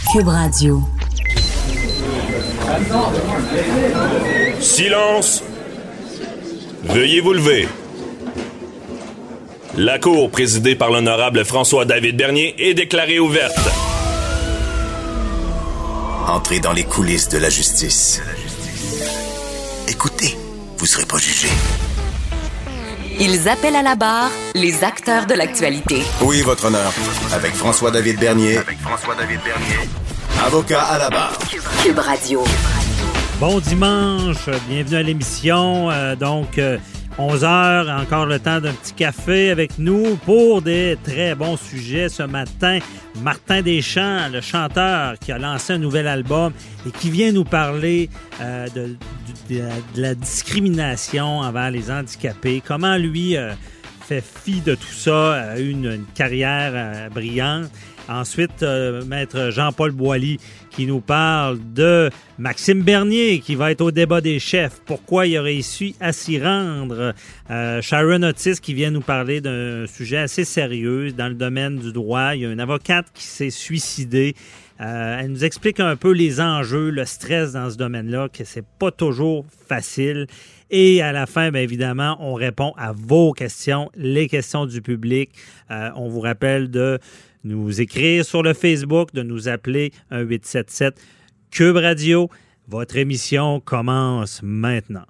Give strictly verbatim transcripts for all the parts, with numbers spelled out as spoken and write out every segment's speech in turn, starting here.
Cube Radio. Silence! Veuillez vous lever. La cour, présidée par l'honorable François-David Bernier, est déclarée ouverte. Entrez dans les coulisses de la justice. Écoutez, vous serez pas jugé. Ils appellent à la barre les acteurs de l'actualité. Oui, votre honneur. Avec François-David Bernier. Avec François-David Bernier. Avocat à la barre. Cube Radio. Bon dimanche, bienvenue à l'émission. Euh, donc, euh, onze heures, encore le temps d'un petit café avec nous pour des très bons sujets ce matin. Martin Deschamps, le chanteur qui a lancé un nouvel album et qui vient nous parler euh, de, de, de, la, de la discrimination envers les handicapés. Comment lui euh, fait fi de tout ça, a eu une, une carrière euh, brillante. Ensuite, euh, maître Jean-Paul Boilly qui nous parle de Maxime Bernier qui va être au débat des chefs. Pourquoi il a réussi à s'y rendre? Euh, Sharon Otis qui vient nous parler d'un sujet assez sérieux dans le domaine du droit. Il y a une avocate qui s'est suicidée. Euh, elle nous explique un peu les enjeux, le stress dans ce domaine-là, que c'est pas toujours facile. Et à la fin, bien évidemment, on répond à vos questions, les questions du public. Euh, on vous rappelle de nous écrire sur le Facebook, de nous appeler un huit sept sept Cube Radio. Votre émission commence maintenant.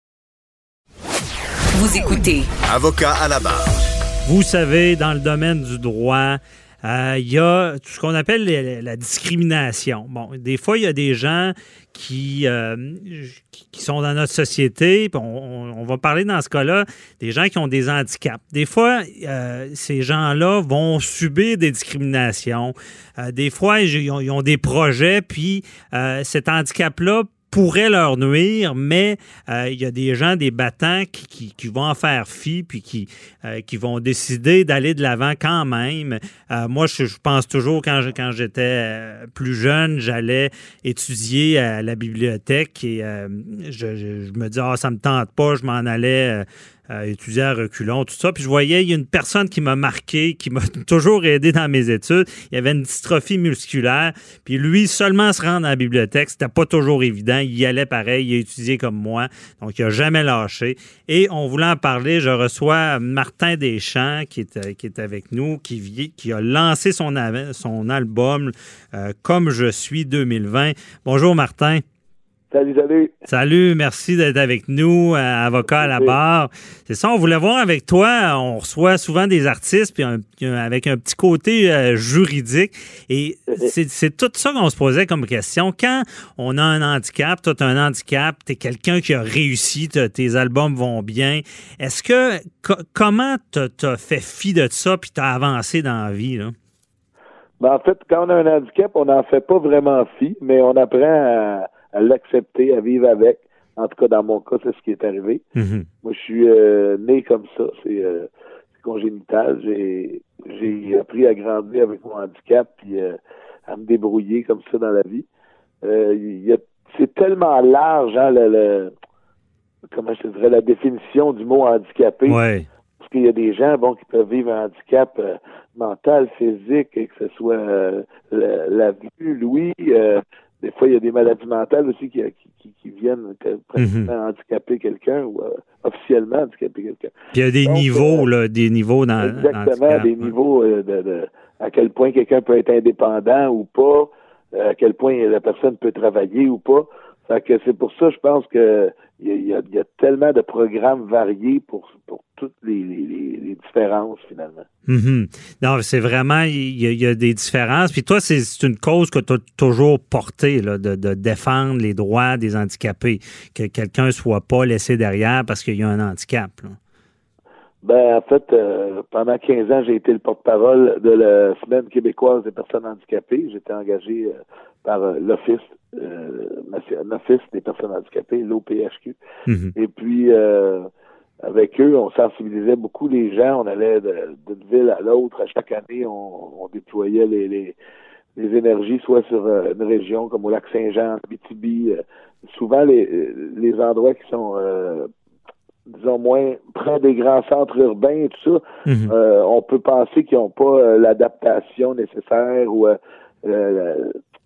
Vous écoutez Avocat à la barre. Vous savez, dans le domaine du droit, il euh, y a tout ce qu'on appelle les, la discrimination. Bon, des fois, il y a des gens qui, euh, qui, qui sont dans notre société, on, on, on va parler dans ce cas-là des gens qui ont des handicaps. Des fois, euh, ces gens-là vont subir des discriminations. Euh, des fois, ils ont, ils ont des projets, puis euh, cet handicap-là pourrait leur nuire, mais euh, il y a des gens, des battants qui, qui, qui vont en faire fi, puis qui, euh, qui vont décider d'aller de l'avant quand même. Euh, moi, je, je pense toujours, quand, je, quand j'étais plus jeune, j'allais étudier à la bibliothèque et euh, je, je, je me disais, ah, ça me tente pas, je m'en allais euh, Euh, étudier à reculons, tout ça. Puis je voyais, il y a une personne qui m'a marqué, qui m'a toujours aidé dans mes études. Il y avait une dystrophie musculaire. Puis lui, seulement se rendre à la bibliothèque, c'était pas toujours évident. Il y allait pareil, il a étudié comme moi. Donc, il a jamais lâché. Et on voulait en parler. Je reçois Martin Deschamps, qui est, qui est avec nous, qui, vit, qui a lancé son, son album euh, « Comme je suis deux mille vingt ». Bonjour, Martin. Salut, salut. Salut, merci d'être avec nous, euh, avocat à la barre. C'est ça, on voulait voir avec toi, on reçoit souvent des artistes puis un, avec un petit côté euh, juridique et c'est, c'est tout ça qu'on se posait comme question. Quand on a un handicap, toi tu as un handicap, tu es quelqu'un qui a réussi, tes albums vont bien, est-ce que, co- comment tu as fait fi de ça puis tu as avancé dans la vie, là? Ben, en fait, quand on a un handicap, on n'en fait pas vraiment fi, mais on apprend à à l'accepter, à vivre avec. En tout cas, dans mon cas, c'est ce qui est arrivé. Mm-hmm. Moi, je suis euh, né comme ça. C'est, euh, c'est congénital. J'ai, j'ai appris à grandir avec mon handicap puis euh, à me débrouiller comme ça dans la vie. Euh, y a, c'est tellement large, hein, le, le, comment je te dirais, la définition du mot handicapé. Ouais. Parce qu'il y a des gens, bon, qui peuvent vivre un handicap euh, mental, physique, et que ce soit euh, la, la vue, l'ouïe, euh, des fois, il y a des maladies mentales aussi qui, qui, qui viennent pratiquement mm-hmm. handicaper quelqu'un ou euh, officiellement handicaper quelqu'un. Puis il y a des Donc, niveaux, euh, là, des niveaux dans exactement, dans des niveaux euh, de, de à quel point quelqu'un peut être indépendant ou pas, euh, à quel point la personne peut travailler ou pas. Fait que c'est pour ça, je pense que il y a, y a tellement de programmes variés pour, pour toutes les, les, les différences, finalement. Mm-hmm. Non, c'est vraiment, il y, y a des différences. Puis toi, c'est, c'est une cause que tu as toujours portée, là, de, de défendre les droits des handicapés, que quelqu'un ne soit pas laissé derrière parce qu'il y a un handicap, là. Ben, en fait, euh, pendant quinze ans, j'ai été le porte-parole de la Semaine québécoise des personnes handicapées. J'étais engagé euh, par euh, l'Office, euh, l'Office des personnes handicapées, l'O P H Q. Mm-hmm. Et puis, euh, avec eux, on sensibilisait beaucoup les gens. On allait de, d'une ville à l'autre. À chaque année, on, on déployait les, les, les énergies, soit sur euh, une région comme au Lac-Saint-Jean, Abitibi. Euh, souvent, les, les endroits qui sont... Euh, disons moins près des grands centres urbains et tout ça, mm-hmm. euh, on peut penser qu'ils n'ont pas euh, l'adaptation nécessaire ou euh, euh,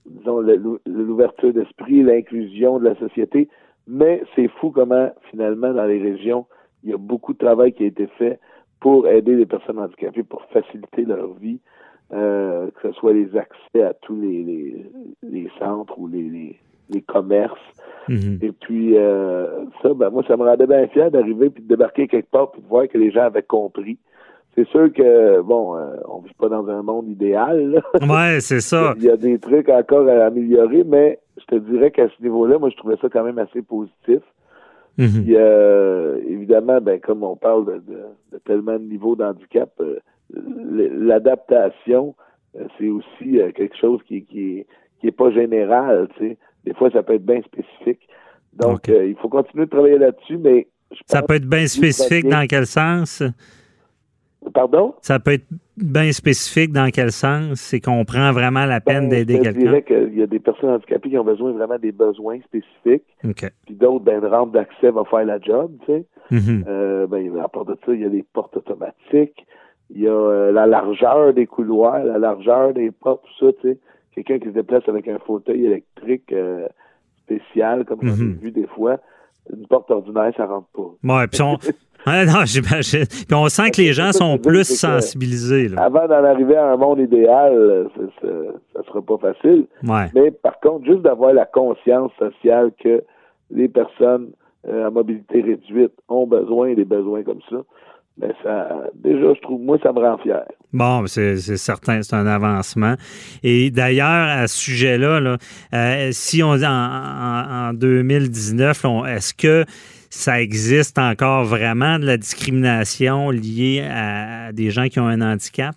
disons, le, l'ouverture d'esprit, l'inclusion de la société. Mais c'est fou comment, finalement, dans les régions, il y a beaucoup de travail qui a été fait pour aider les personnes handicapées, pour faciliter leur vie, euh, que ce soit les accès à tous les, les, les centres ou les, les, les commerces. Mm-hmm. Et puis, euh, ça, ben moi, ça me rendait bien fier d'arriver puis de débarquer quelque part puis de voir que les gens avaient compris. C'est sûr que, bon, euh, on vit pas dans un monde idéal, là. Ouais, c'est ça. Il y a des trucs encore à améliorer, mais je te dirais qu'à ce niveau-là, moi, je trouvais ça quand même assez positif. Mm-hmm. Puis, euh, évidemment, ben, comme on parle de, de, de tellement de niveaux d'handicap, euh, l'adaptation, euh, c'est aussi euh, quelque chose qui, qui, est, qui est pas général, tu sais. Des fois, ça peut être bien spécifique. Donc, okay. euh, il faut continuer de travailler là-dessus, mais... Je ça peut être bien spécifique dans quel sens? Pardon? Ça peut être bien spécifique dans quel sens? C'est qu'on prend vraiment la peine ben, d'aider quelqu'un? Je dirais qu'il y a des personnes handicapées qui ont besoin vraiment des besoins spécifiques. Okay. Puis d'autres, ben, une rampe d'accès va faire la job, tu sais. Mm-hmm. Euh, ben, à part de ça, il y a les portes automatiques. Il y a euh, la largeur des couloirs, la largeur des portes, tout ça, tu sais. Quelqu'un qui se déplace avec un fauteuil électrique euh, spécial, comme mm-hmm. on a vu des fois. Une porte ordinaire, ça rentre pas. Ouais, puis on... Ah non, j'imagine. Puis on sent que les gens sont plus sensibilisés. Là. Avant d'en arriver à un monde idéal, ça, ça, ça sera pas facile. Ouais. Mais par contre, juste d'avoir la conscience sociale que les personnes euh, à mobilité réduite ont besoin des besoins comme ça, ben ça, déjà, je trouve, moi, ça me rend fier. Bon, c'est, c'est certain, c'est un avancement. Et d'ailleurs, à ce sujet-là, là, euh, si on en, en, en deux mille dix-neuf, là, on, est-ce que ça existe encore vraiment de la discrimination liée à, à des gens qui ont un handicap?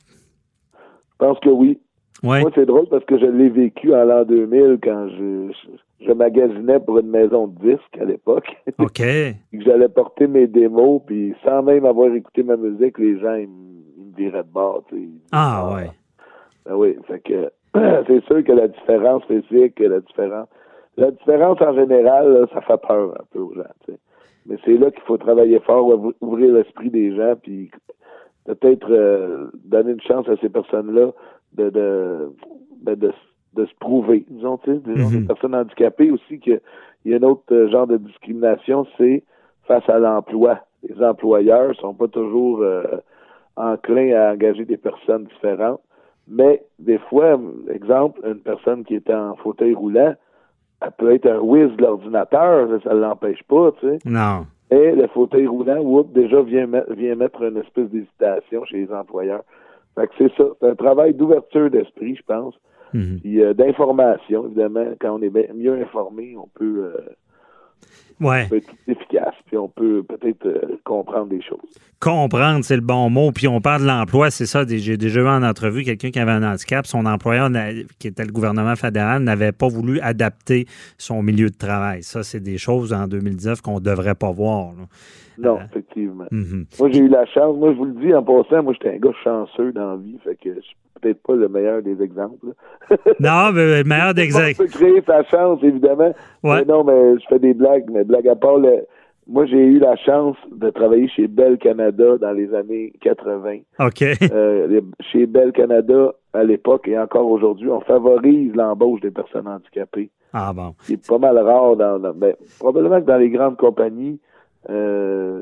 Je pense que oui. Ouais. Moi, c'est drôle parce que je l'ai vécu en l'an deux mille quand je, je, je magasinais pour une maison de disques à l'époque. OK. Et que j'allais porter mes démos, puis sans même avoir écouté ma musique, les gens, ils, ils me viraient de bord. Tu sais. Ah, ah, ouais. Ben oui, fait que c'est sûr que la différence physique, la différence... La différence en général, là, ça fait peur un peu aux gens, tu sais. Mais c'est là qu'il faut travailler fort, ouvrir l'esprit des gens, puis peut-être euh, donner une chance à ces personnes-là de de, de, de, de se prouver. Disons, tu sais, disons, mm-hmm. des personnes handicapées aussi, qu'il y a un autre genre de discrimination, c'est face à l'emploi. Les employeurs sont pas toujours euh, enclins à engager des personnes différentes, mais des fois, exemple, une personne qui est en fauteuil roulant, elle peut être un whiz de l'ordinateur, ça ne l'empêche pas, tu sais. Non. Et le fauteuil roulant, whoop, déjà vient, met, vient mettre une espèce d'hésitation chez les employeurs. Fait que c'est ça. C'est un travail d'ouverture d'esprit, je pense. Mm-hmm. Puis euh, d'information, évidemment. Quand on est mieux informé, on peut, euh, ouais. on peut être plus efficace. Puis on peut peut-être euh, comprendre des choses. Comprendre, c'est le bon mot. Puis on parle de l'emploi, c'est ça. J'ai déjà eu en entrevue quelqu'un qui avait un handicap. Son employeur, qui était le gouvernement fédéral, n'avait pas voulu adapter son milieu de travail. Ça, c'est des choses en deux mille dix-neuf qu'on ne devrait pas voir. Là. Non, euh, effectivement. Mm-hmm. Moi, j'ai eu la chance. Moi, je vous le dis en passant, moi, j'étais un gars chanceux dans la vie. Fait que je suis peut-être pas le meilleur des exemples. Non, mais le meilleur des exemples. On peut créer sa chance, évidemment. Ouais. Mais non, mais je fais des blagues. Mais blague à part, le... moi, j'ai eu la chance de travailler chez Bell Canada dans les années quatre-vingt. OK. Euh, chez Bell Canada, à l'époque et encore aujourd'hui, on favorise l'embauche des personnes handicapées. Ah bon. C'est pas mal rare. Dans, dans ben, probablement que dans les grandes compagnies, euh,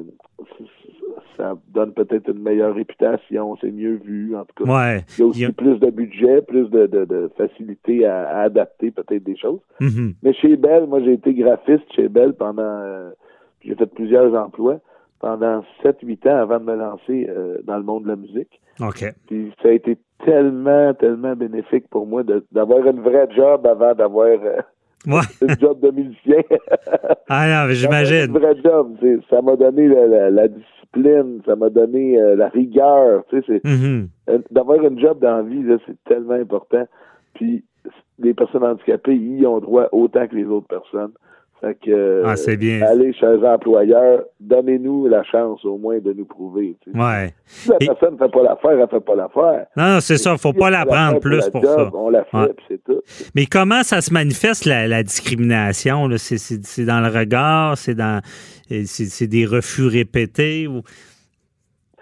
ça donne peut-être une meilleure réputation, c'est mieux vu, en tout cas. Ouais. Il y a aussi a... plus de budget, plus de, de, de facilité à, à adapter peut-être des choses. Mm-hmm. Mais chez Bell, moi, j'ai été graphiste chez Bell pendant... Euh, j'ai fait plusieurs emplois pendant sept huit ans avant de me lancer euh, dans le monde de la musique. OK. Puis ça a été tellement, tellement bénéfique pour moi de, d'avoir une vraie job avant d'avoir... Euh, Ouais. C'est le job de musicien. Ah non, mais j'imagine. C'est un vrai job. C'est, ça m'a donné la, la, la discipline, ça m'a donné euh, la rigueur. Tu sais, c'est, mm-hmm. euh, d'avoir une job dans la vie, là, c'est tellement important. Puis les personnes handicapées, ils y ont droit autant que les autres personnes. Fait que, ah, c'est bien. Euh, allez chez un employeur, donnez-nous la chance au moins de nous prouver. Tu sais. Ouais. Si la Et... personne ne fait pas l'affaire, elle ne fait pas l'affaire. Non, non, c'est ça, il ne faut pas la prendre plus pour, pour job, ça. On la fait, ouais. puis c'est tout. Mais comment ça se manifeste, la, la discrimination? Là? C'est, c'est, c'est dans le regard, c'est dans c'est, c'est des refus répétés? Ou...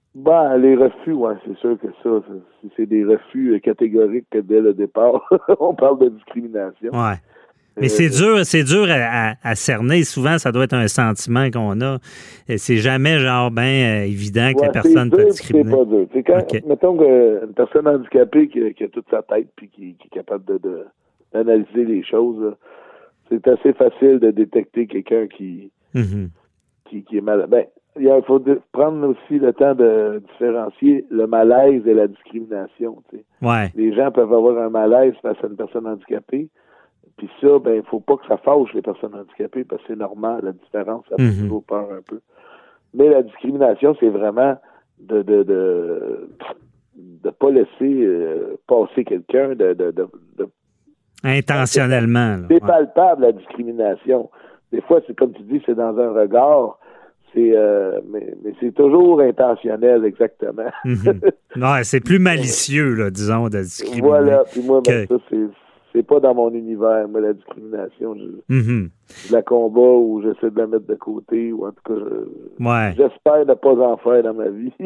Ben, les refus, ouais, c'est sûr que ça, c'est, c'est des refus catégoriques dès le départ. On parle de discrimination. Ouais. Mais euh, c'est dur, c'est dur à, à, à cerner. Souvent, ça doit être un sentiment qu'on a. Et c'est jamais genre ben euh, évident que ouais, la personne peut discriminer. C'est pas dur. C'est quand, okay. mettons qu'une personne handicapée qui, qui a toute sa tête puis qui, qui est capable de, de d'analyser les choses, là, c'est assez facile de détecter quelqu'un qui, mm-hmm. qui, qui est malade. Ben, il faut prendre aussi le temps de différencier le malaise et la discrimination. Tu sais. Ouais. Les gens peuvent avoir un malaise face à une personne handicapée, puis ça, ben, il faut pas que ça fâche les personnes handicapées, parce que c'est normal, la différence, ça fait mm-hmm. toujours peur un peu. Mais la discrimination, c'est vraiment de de de, de pas laisser euh, passer quelqu'un, de, de, de, de intentionnellement. Là. C'est palpable, la discrimination. Des fois, c'est comme tu dis, c'est dans un regard. C'est, euh, mais, mais c'est toujours intentionnel, exactement. Mm-hmm. Non, c'est plus malicieux, là, disons, de discriminer. Voilà, puis moi, ben, que... ça, c'est, c'est pas dans mon univers, mais la discrimination, je, mm-hmm. je la combat ou j'essaie de la mettre de côté, ou en tout cas, je, ouais. j'espère ne pas en faire dans ma vie.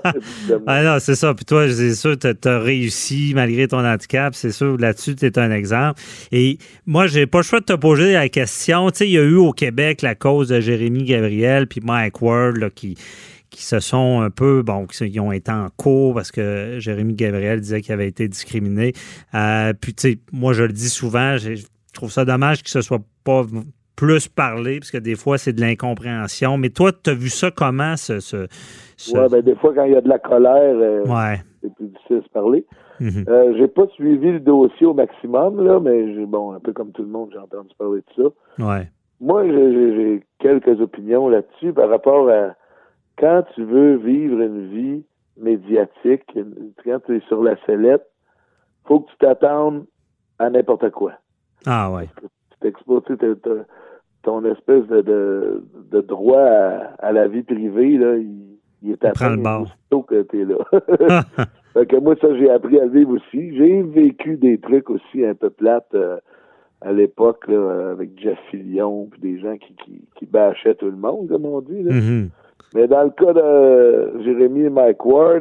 Ah non, c'est ça. Puis toi, c'est sûr, tu as réussi malgré ton handicap. C'est sûr, là-dessus, tu es un exemple. Et moi, j'ai pas le choix de te poser la question. Tu sais, il y a eu au Québec la cause de Jérémy Gabriel puis Mike Ward, là, qui... qui se sont un peu, bon, qui ont été en cours parce que Jérémy Gabriel disait qu'il avait été discriminé. Euh, puis, tu sais, moi, je le dis souvent, je trouve ça dommage qu'il ne se soit pas plus parlé, parce que des fois, c'est de l'incompréhension. Mais toi, tu as vu ça comment, ce... ce, ce... Oui, bien, des fois, quand il y a de la colère, euh, ouais. c'est plus difficile de se parler. Mm-hmm. Euh, j'ai pas suivi le dossier au maximum, là, mais j'ai, bon, un peu comme tout le monde, j'ai entendu parler de ça. Ouais. Moi, j'ai, j'ai, j'ai quelques opinions là-dessus par rapport à quand tu veux vivre une vie médiatique, quand tu es sur la sellette, faut que tu t'attendes à n'importe quoi. Ah ouais. Tu t'exposes, tu ton espèce de, de, de droit à, à la vie privée, là, il, il est atteint aussitôt que tu es là. Fait que moi, ça, j'ai appris à le vivre aussi. J'ai vécu des trucs aussi un peu plates euh, à l'époque, là, avec Jeff Fillion, puis des gens qui, qui, qui bâchaient tout le monde, comme on dit. Là. Mm-hmm. Mais dans le cas de Jérémy et Mike Ward,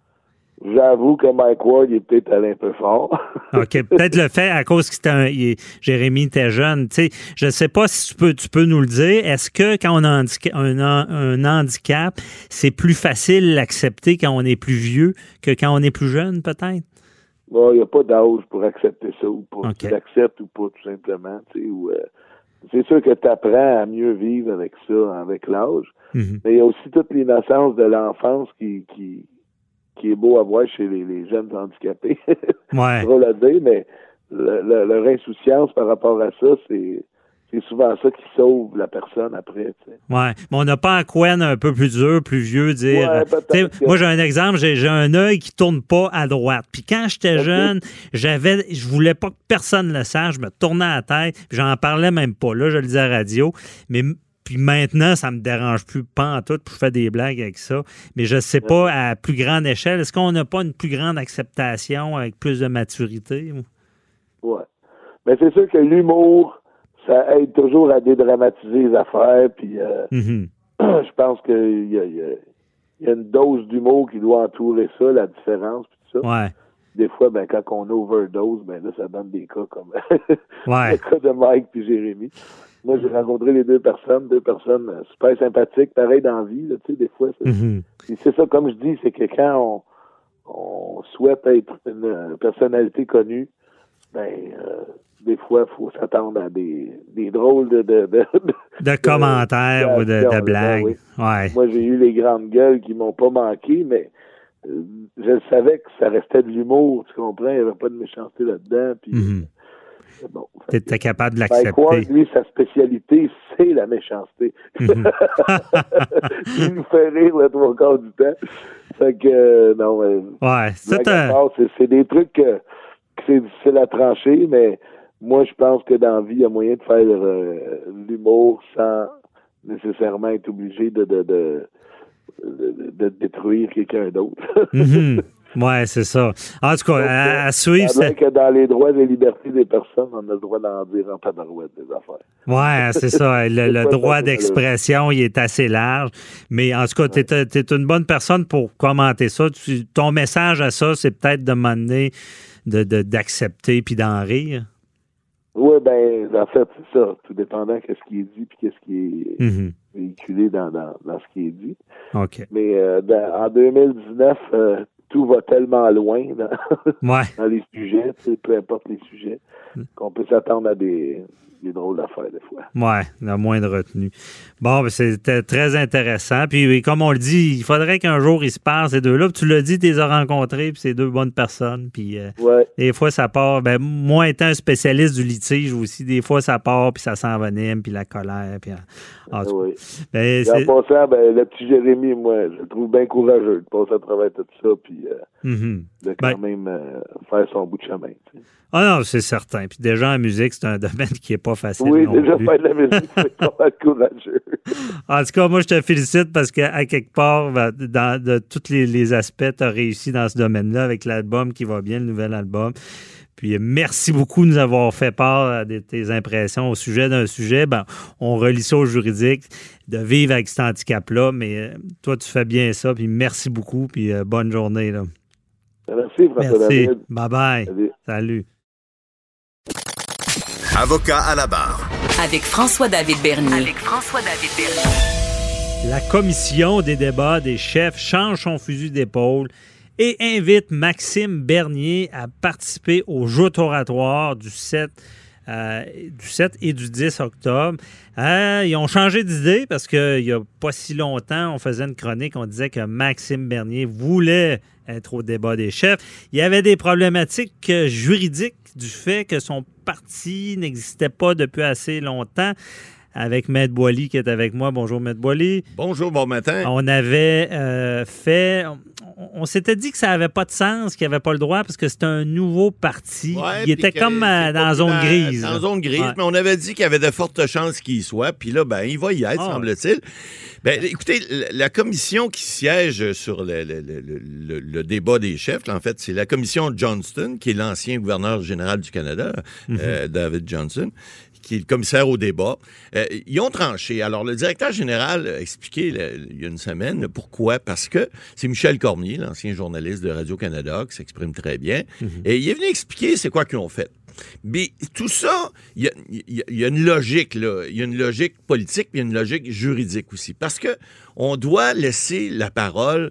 j'avoue que Mike Ward, il est peut-être allé un peu fort. OK. Peut-être le fait, à cause que un, il, Jérémy était jeune. Tu sais, je ne sais pas si tu peux, tu peux nous le dire. Est-ce que quand on a un, un, un handicap, c'est plus facile à l'accepter quand on est plus vieux que quand on est plus jeune, peut-être? Bon, il n'y a pas d'âge pour accepter ça ou pas. Okay. Tu l'acceptes ou pas, tout simplement. Tu sais, ou, euh, c'est sûr que tu apprends à mieux vivre avec ça, avec l'âge. Mm-hmm. Mais il y a aussi toute l'innocence de l'enfance qui, qui, qui est beau à voir chez les, les jeunes handicapés. Ouais. C'est drôle à dire, mais le, le, leur insouciance par rapport à ça, c'est, c'est souvent ça qui sauve la personne après. Tu sais. Ouais. Mais on n'a pas un coin un peu plus dur, plus vieux, dire. Ouais, que... Moi, j'ai un exemple, j'ai, j'ai un œil qui tourne pas à droite. Puis quand j'étais okay. jeune, j'avais, je voulais pas que personne le sache, je me tournais à la tête, puis j'en parlais même pas. Là, je le disais à la radio. Mais puis maintenant, ça me dérange plus pas en tout, puis je fais des blagues avec ça. Mais je sais pas, à plus grande échelle, est-ce qu'on n'a pas une plus grande acceptation avec plus de maturité? Oui. Mais c'est sûr que l'humour, ça aide toujours à dédramatiser les affaires, puis euh, mm-hmm. je pense qu'il y a, y, a, y a une dose d'humour qui doit entourer ça, la différence, puis tout ça. Ouais. Des fois, ben, quand on overdose, ben là, ça donne des cas comme ouais. le cas de Mike puis Jérémy. Moi, j'ai rencontré les deux personnes, deux personnes super sympathiques, pareil dans la vie, là, tu sais, des fois. C'est, mm-hmm. c'est ça, comme je dis, c'est que quand on, on souhaite être une personnalité connue, ben, euh, des fois, il faut s'attendre à des, des drôles de... De, de, de, de commentaires de, ou de, de blagues. Oui. Ouais. Moi, j'ai eu les grandes gueules qui m'ont pas manqué, mais euh, je savais que ça restait de l'humour, tu comprends? Il n'y avait pas de méchanceté là-dedans, puis... Mm-hmm. Bon, tu étais capable de l'accepter. Mike Ward, lui, sa spécialité, c'est la méchanceté. Mm-hmm. Il nous fait rire le trois quarts du temps. Fait que, euh, non, euh, ouais, c'est, un... part, c'est, c'est des trucs que, que c'est difficile à trancher, mais moi, je pense que dans la vie, il y a moyen de faire euh, l'humour sans nécessairement être obligé de, de, de, de, de détruire quelqu'un d'autre. Mm-hmm. Oui, c'est ça. En tout cas, Donc, à, à suivre... C'est vrai que dans les droits et libertés des personnes, on a le droit d'en dire en tabarouette des affaires. Oui, c'est ça. Le, le droit d'expression, il est assez large. Mais en tout cas, tu es une bonne personne pour commenter ça. Tu, ton message à ça, c'est peut-être de m'amener de, de, d'accepter puis d'en rire. Oui, bien, en fait, c'est ça. Tout dépendant de ce qui est dit puis qu'est-ce qui est mm-hmm. véhiculé dans, dans, dans ce qui est dit. OK. Mais euh, dans, en deux mille dix-neuf, euh, tout va tellement loin dans, ouais. dans les sujets, peu importe les sujets, qu'on peut s'attendre à des, des drôles d'affaires des fois. Oui, la moindre retenue. Bon, ben, c'était très intéressant. Puis, comme on le dit, il faudrait qu'un jour ils se parlent, ces deux-là. Puis tu l'as dit, tu les as rencontrés, puis c'est deux bonnes personnes. Puis euh, ouais. des fois, ça part. Ben, moi, étant un spécialiste du litige aussi, des fois, ça part, puis ça s'envenime, puis la colère. Puis, en, en tout oui. Ben, en passant, ben, le petit Jérémy, moi, je le trouve bien courageux de passer à travers tout ça, puis euh, mm-hmm. de quand ben, même euh, faire son bout de chemin. Tu sais. Ah non, c'est certain. Puis déjà, en musique, c'est un domaine qui n'est pas facile. Oui, non déjà, plus. faire de la musique, c'est pas mal courageux. En tout cas, moi, je te félicite parce qu'à quelque part, ben, dans de tous les, les aspects, tu as réussi dans ce domaine-là avec l'album qui va bien, le nouvel album. Puis merci beaucoup de nous avoir fait part de tes impressions au sujet d'un sujet. Ben, on relie ça au juridique, de vivre avec cet handicap-là, mais euh, toi, tu fais bien ça. Puis merci beaucoup, puis euh, bonne journée. Là. Merci, François Merci. David. Bye-bye. Salut. Salut. Avocat à la barre. Avec François-David Bernier. Avec François-David Bernier. La commission des débats des chefs change son fusil d'épaule et invite Maxime Bernier à participer au joute oratoire du sept, euh, du sept et du dix octobre. Euh, ils ont changé d'idée parce qu'il n'y a pas si longtemps, on faisait une chronique, on disait que Maxime Bernier voulait être au débat des chefs. Il y avait des problématiques juridiques du fait que son parti n'existait pas depuis assez longtemps. Avec Maître Boily qui est avec moi. Bonjour, Maître Boily. Bonjour, bon matin. On avait euh, fait... On, on s'était dit que ça n'avait pas de sens, qu'il n'y avait pas le droit, parce que c'était un nouveau parti. Ouais, il était comme euh, dans la zone grise. Dans la zone grise, ouais. mais on avait dit qu'il y avait de fortes chances qu'il y soit. Puis là, ben, il va y être, oh. semble-t-il. Ben, écoutez, la commission qui siège sur le, le, le, le, le débat des chefs, là, en fait, c'est la commission Johnston, qui est l'ancien gouverneur général du Canada, mm-hmm. euh, David Johnston, qui est le commissaire au débat. Euh, ils ont tranché. Alors, le directeur général a expliqué là, il y a une semaine pourquoi. Parce que c'est Michel Cormier, l'ancien journaliste de Radio-Canada, qui s'exprime très bien. Mm-hmm. Et il est venu expliquer c'est quoi qu'ils ont fait. Mais tout ça, il y a, y, y a une logique, là. Il y a une logique politique, puis il y a une logique juridique aussi. Parce que on doit laisser la parole.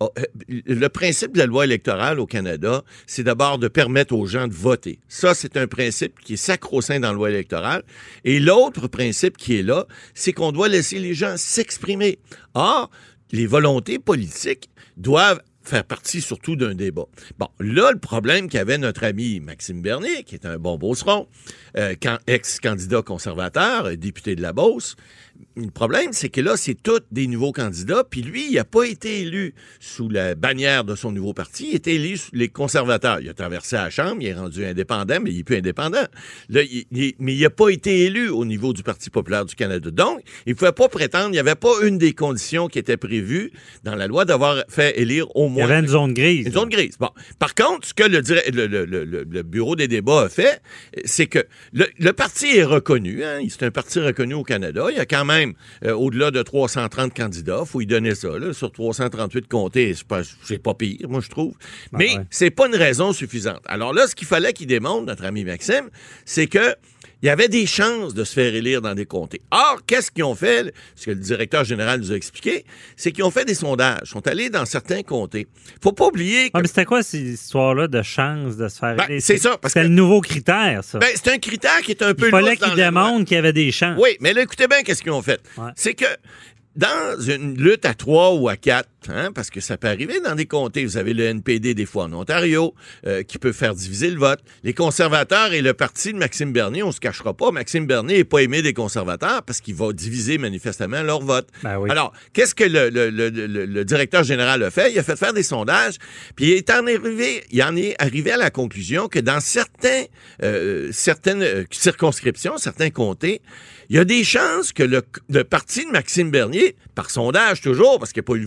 Le principe de la loi électorale au Canada, c'est d'abord de permettre aux gens de voter. Ça, c'est un principe qui est sacro-saint dans la loi électorale. Et l'autre principe qui est là, c'est qu'on doit laisser les gens s'exprimer. Or, les volontés politiques doivent faire partie surtout d'un débat. Bon, là, le problème qu'avait notre ami Maxime Bernier, qui est un bon beauceron, euh, quand, ex-candidat conservateur, député de la Beauce, le problème, c'est que là, c'est tous des nouveaux candidats, puis lui, il n'a pas été élu sous la bannière de son nouveau parti, il a été élu sous les conservateurs. Il a traversé la Chambre, il est rendu indépendant, mais il n'est plus indépendant. Là, il, il, mais il n'a pas été élu au niveau du Parti populaire du Canada. Donc, il ne pouvait pas prétendre, il n'y avait pas une des conditions qui était prévue dans la loi d'avoir fait élire au moins... Il y avait une zone grise. Une zone grise. Bon. Par contre, ce que le, le, le, le, le bureau des débats a fait, c'est que le, le parti est reconnu. Hein, c'est un parti reconnu au Canada. Il y a quand même euh, au-delà de trois cent trente candidats. Il faut y donner ça. Là, sur trois cent trente-huit comtés, c'est pas, c'est pas pire, moi, je trouve. Ah, Mais ouais. c'est pas une raison suffisante. Alors là, ce qu'il fallait qu'il démontre, notre ami Maxime, c'est que il y avait des chances de se faire élire dans des comtés. Or, qu'est-ce qu'ils ont fait? Ce que le directeur général nous a expliqué, c'est qu'ils ont fait des sondages. Ils sont allés dans certains comtés. Faut pas oublier que... Ah, mais c'était quoi cette histoire-là de chance de se faire ben, élire? C'est ça. Parce c'est que... le nouveau critère, ça. Ben, c'est un critère qui est un peu... Il fallait qu'ils démontrent qu'il y avait des chances. Oui, mais là, écoutez bien qu'est-ce qu'ils ont fait. Ouais. C'est que dans une lutte à trois ou à quatre, hein, parce que ça peut arriver dans des comtés, vous avez le N P D des fois en Ontario, euh, qui peut faire diviser le vote. Les conservateurs et le parti de Maxime Bernier, on se cachera pas, Maxime Bernier n'est pas aimé des conservateurs parce qu'il va diviser manifestement leur vote. Ben oui. Alors, qu'est-ce que le, le, le, le, le directeur général a fait? Il a fait faire des sondages, puis il est en arrivé, il en est arrivé à la conclusion que dans certains, euh, certaines circonscriptions, certains comtés, il y a des chances que le, le parti de Maxime Bernier, par sondage toujours, parce qu'il n'y a pas eu le vote encore,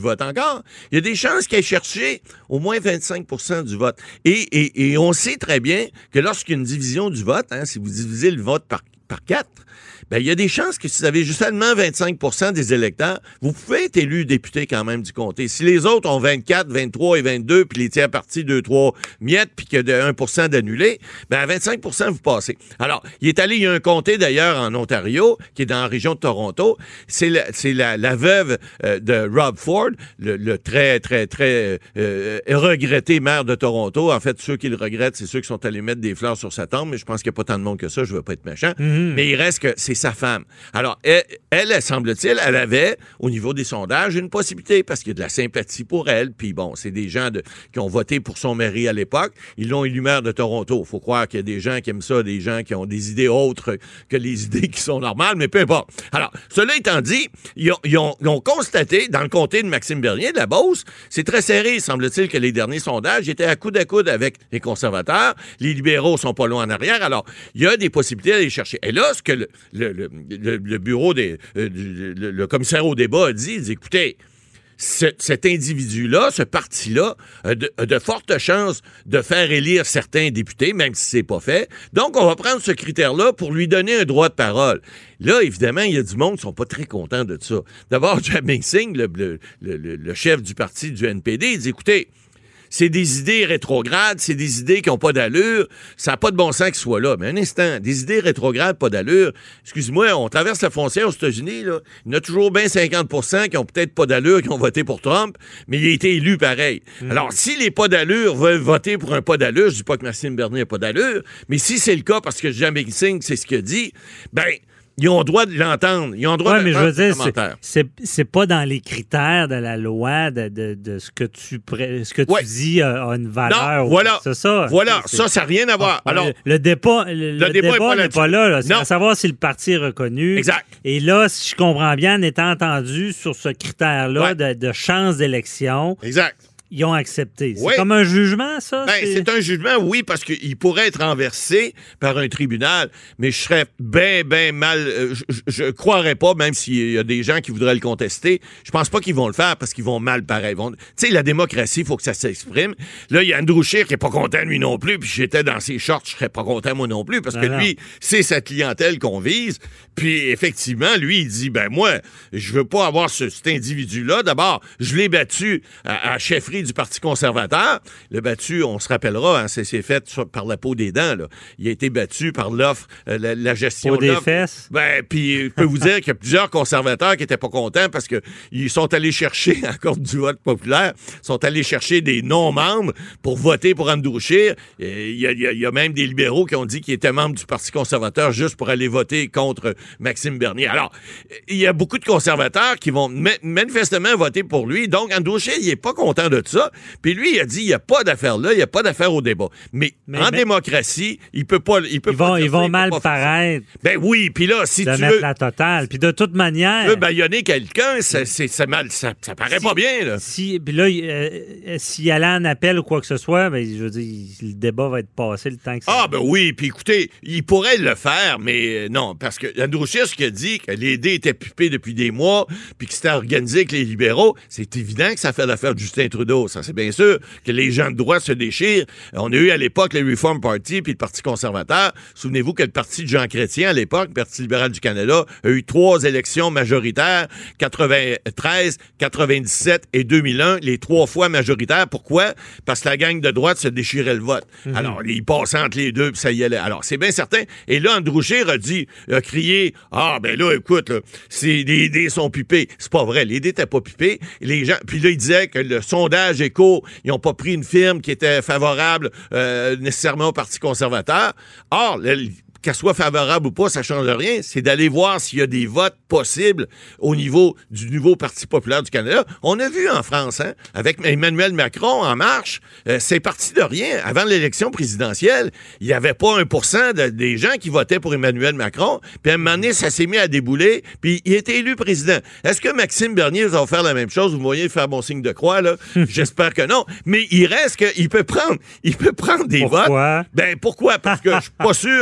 part, il y a des chances qu'il ait cherché au moins vingt-cinq pour cent du vote. Et, et, et on sait très bien que lorsqu'il y a une division du vote, hein, si vous divisez le vote par, par quatre, ben, il y a des chances que si vous avez juste seulement vingt-cinq pour cent des électeurs, vous pouvez être élu député quand même du comté. Si les autres ont vingt-quatre, vingt-trois et vingt-deux, puis les tiers partis deux, trois miettes, puis qu'il y a un pour cent d'annulés, ben à vingt-cinq pour cent, vous passez. Alors, il est allé, il y a un comté d'ailleurs en Ontario, qui est dans la région de Toronto. C'est la, c'est la, la veuve euh, de Rob Ford, le, le très, très, très euh, regretté maire de Toronto. En fait, ceux qui le regrettent, c'est ceux qui sont allés mettre des fleurs sur sa tombe, mais je pense qu'il n'y a pas tant de monde que ça, je veux pas être méchant. Mm-hmm. Mais il reste que c'est sa femme. Alors, elle, elle, semble-t-il, elle avait, au niveau des sondages, une possibilité, parce qu'il y a de la sympathie pour elle, puis bon, c'est des gens de, qui ont voté pour son mari à l'époque. Ils l'ont élu maire de Toronto. Il faut croire qu'il y a des gens qui aiment ça, des gens qui ont des idées autres que les idées qui sont normales, mais peu importe. Alors, cela étant dit, ils ont, ils ont, ils ont constaté, dans le comté de Maxime Bernier, de la Beauce, c'est très serré, semble-t-il, que les derniers sondages étaient à coude à coude avec les conservateurs. Les libéraux sont pas loin en arrière. Alors, il y a des possibilités d'aller chercher. Et là, ce que le, le, le Le, le bureau des... Euh, le, le commissaire au débat a dit, il dit, écoutez, ce, cet individu-là, ce parti-là, a de, a de fortes chances de faire élire certains députés, même si c'est pas fait. Donc, on va prendre ce critère-là pour lui donner un droit de parole. Là, évidemment, il y a du monde qui sont pas très contents de ça. D'abord, Jagmeet Singh, le, le, le, le chef du parti du N P D, il dit, écoutez, c'est des idées rétrogrades, c'est des idées qui n'ont pas d'allure. Ça n'a pas de bon sens qu'ils soient là. Mais un instant, des idées rétrogrades, pas d'allure. Excuse-moi, on traverse la frontière aux États-Unis, là. Il y en a toujours bien cinquante pour cent qui ont peut-être pas d'allure, qui ont voté pour Trump, mais il a été élu pareil. Mmh. Alors, si les pas d'allure veulent voter pour un pas d'allure, je dis pas que Maxime Bernier n'a pas d'allure, mais si c'est le cas parce que Jagmeet Singh, c'est ce qu'il a dit, ben, ils ont le droit de l'entendre. Ils ont le droit ouais, de mais je veux dire, c'est, c'est, c'est pas dans les critères de la loi de, de, de ce que tu, pré, ce que tu ouais. dis a, a une valeur. Non, voilà. C'est ça. Voilà, c'est, ça, ça n'a rien à voir. Ah, Alors, le, le débat, le, le débat, débat n'est pas là. là. C'est non. à savoir si le parti est reconnu. Exact. Et là, si je comprends bien, en étant entendu sur ce critère-là ouais. de, de chance d'élection. Exact. Ils ont accepté. C'est oui. comme un jugement, ça? Ben, c'est... c'est un jugement, oui, parce qu'il pourrait être renversé par un tribunal, mais je serais bien, bien mal... Euh, je, je croirais pas, même s'il y a des gens qui voudraient le contester, je pense pas qu'ils vont le faire parce qu'ils vont mal pareil. Tu sais, la démocratie, il faut que ça s'exprime. Là, il y a Andrew Scheer qui est pas content, lui non plus, puis j'étais dans ses shorts, je serais pas content, moi non plus, parce ben que non. lui, c'est sa clientèle qu'on vise. Puis, effectivement, lui, il dit, ben moi, je veux pas avoir ce, cet individu-là. D'abord, je l'ai battu à, à chefferie du Parti conservateur. Le battu, on se rappellera, hein, c'est, c'est fait sur, par la peau des dents. Là. Il a été battu par l'offre, euh, la, la gestion de l'offre. Des fesses? Ben, puis je peux vous dire qu'il y a plusieurs conservateurs qui étaient pas contents parce que ils sont allés chercher, encore du vote populaire, sont allés chercher des non-membres pour voter pour Andrew Scheer. Il y, y, y a même des libéraux qui ont dit qu'ils étaient membres du Parti conservateur juste pour aller voter contre Maxime Bernier. Alors, il y a beaucoup de conservateurs qui vont ma- manifestement voter pour lui. Donc, Andrew Scheer, il est pas content de ça. Puis lui, il a dit, il n'y a pas d'affaire là, il n'y a pas d'affaire au débat. Mais, mais en mais, démocratie, il peut pas... Il peut ils pas vont, ils vont ça, mal paraître. Ben oui, puis là, si de tu mettre veux... la totale. Puis de toute manière... Tu veux baïonner quelqu'un, ça, c'est, c'est mal, ça, ça paraît si, pas bien, là. Si, puis là, euh, s'il allait en appel ou quoi que ce soit, ben, je veux dire, le débat va être passé le temps que ça... Ah, ben oui, puis écoutez, il pourrait le faire, mais euh, non, parce que Andrew Scheer, ce qu'il a dit, que les dés étaient pupés depuis des mois, puis que c'était organisé avec les libéraux, c'est évident que ça fait l'affaire de Justin Trudeau. Ça, c'est bien sûr que les gens de droite se déchirent. On a eu à l'époque le Reform Party puis le Parti conservateur. Souvenez-vous que le Parti de Jean Chrétien, à l'époque, le Parti libéral du Canada, a eu trois élections majoritaires, quatre-vingt-treize, quatre-vingt-dix-sept et deux mille un, les trois fois majoritaires. Pourquoi? Parce que la gang de droite se déchirait le vote. Mm-hmm. Alors, ils passaient entre les deux, puis ça y allait. Alors, c'est bien certain. Et là, Andrew Scheer a dit, a crié, ah, ben là, écoute, là, c'est, les dés sont pipés. C'est pas vrai. Les dés n'étaient pas pipés. Les gens, puis là, il disait que le sondage Écho, ils n'ont pas pris une firme qui était favorable euh, nécessairement au Parti conservateur. Or, le, qu'elle soit favorable ou pas, ça change rien. C'est d'aller voir s'il y a des votes possibles au niveau du nouveau Parti populaire du Canada. On a vu en France, hein, avec Emmanuel Macron en marche, euh, c'est parti de rien. Avant l'élection présidentielle, il n'y avait pas un pour cent de, des gens qui votaient pour Emmanuel Macron. Puis à un moment donné, ça s'est mis à débouler, puis il a été élu président. Est-ce que Maxime Bernier va faire la même chose? Vous me voyez faire mon signe de croix, là? J'espère que non. Mais il reste qu'il peut prendre, il peut prendre des pourquoi? votes. Ben, pourquoi? Parce que je suis pas sûr que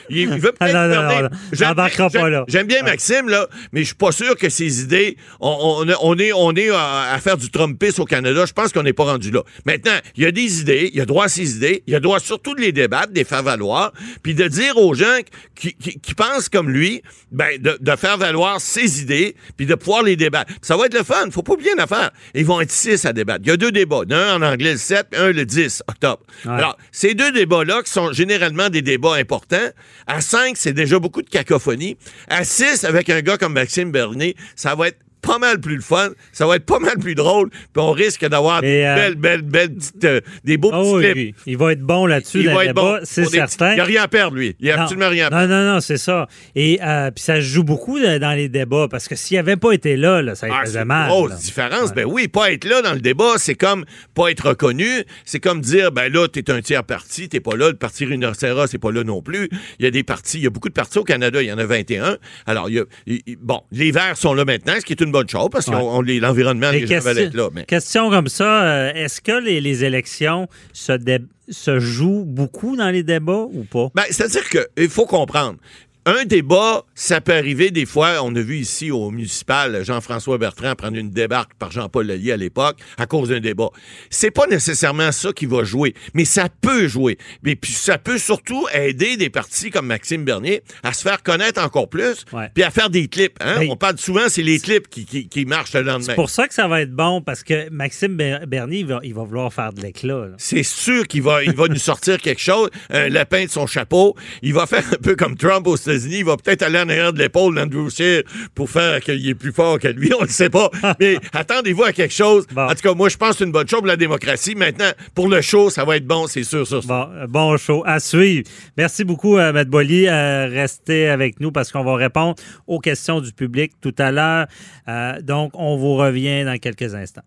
il, il veut peut-être non, non, gouverner. non, non. J'aime, J'embarquera j'aime, pas là. j'aime bien Maxime, là, mais je suis pas sûr que ses idées... On, on, on est, on est à, à faire du Trumpisme au Canada. Je pense qu'on n'est pas rendu là. Maintenant, il y a des idées, il y a droit à ses idées, il y a droit surtout de les débattre, de les faire valoir, puis de dire aux gens qui, qui, qui pensent comme lui, ben, de, de faire valoir ses idées, puis de pouvoir les débattre. Ça va être le fun. Faut pas oublier une affaire. Ils vont être six à débattre. Il y a deux débats. Un en anglais le sept, un le dix octobre. Ouais. Alors, ces deux débats-là, qui sont généralement des débats importants, à cinq, c'est déjà beaucoup de cacophonie. À six, avec un gars comme Maxime Bernier, ça va être pas mal plus le fun, ça va être pas mal plus drôle, puis on risque d'avoir des euh... belles, belles, belles petites, euh, des beaux oh, petits oui, clips. Il va être bon là-dessus, il va être bon, c'est certain. Il n'y a rien à perdre, lui. Il n'y a non, absolument rien à non, perdre. Non, non, non, c'est ça. Et euh, puis ça se joue beaucoup dans les débats, parce que s'il n'avait pas été là, là ça ah, faisait mal. C'est une grosse différence. Ouais. Ben oui, pas être là dans le débat, c'est comme pas être reconnu. C'est comme dire, ben là, t'es un tiers parti, t'es pas là. Le parti Rhinocéros, c'est pas là non plus. Il y a des partis, il y a beaucoup de partis au Canada, il y en a vingt et un. Alors, il y a, il, bon, les Verts sont là maintenant, ce qui est une bonne chose, parce qu'on On, les, l'environnement des gens veulent être là. Mais... Question comme ça, euh, est-ce que les, les élections se, dé- se jouent beaucoup dans les débats ou pas? Ben, c'est-à-dire qu'il faut comprendre. Un débat, ça peut arriver des fois, on a vu ici au municipal, Jean-François Bertrand prendre une débarque par Jean-Paul Lallier à l'époque à cause d'un débat. C'est pas nécessairement ça qui va jouer, mais ça peut jouer. Mais puis ça peut surtout aider des partis comme Maxime Bernier à se faire connaître encore plus, ouais. puis à faire des clips. Hein? Hey. On parle souvent, c'est les clips qui, qui, qui marchent le lendemain. C'est pour ça que ça va être bon, parce que Maxime Bernier, il va, il va vouloir faire de l'éclat. Là. C'est sûr qu'il va, il va nous sortir quelque chose, un lapin de son chapeau. Il va faire un peu comme Trump aux États-Unis. Il va peut-être aller en arrière de l'épaule d'Andrew Scheer pour faire qu'il est plus fort que lui. On le sait pas. Mais attendez-vous à quelque chose. Bon. En tout cas, moi, je pense que c'est une bonne chose pour la démocratie. Maintenant, pour le show, ça va être bon, c'est sûr, sûr. Bon, bon show. À suivre. Merci beaucoup, euh, M. Boily. Euh, restez avec nous parce qu'on va répondre aux questions du public tout à l'heure. Euh, donc, on vous revient dans quelques instants.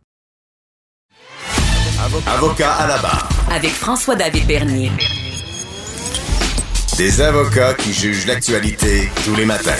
Avocat à la barre. Avec François-David Bernier. Des avocats qui jugent l'actualité tous les matins.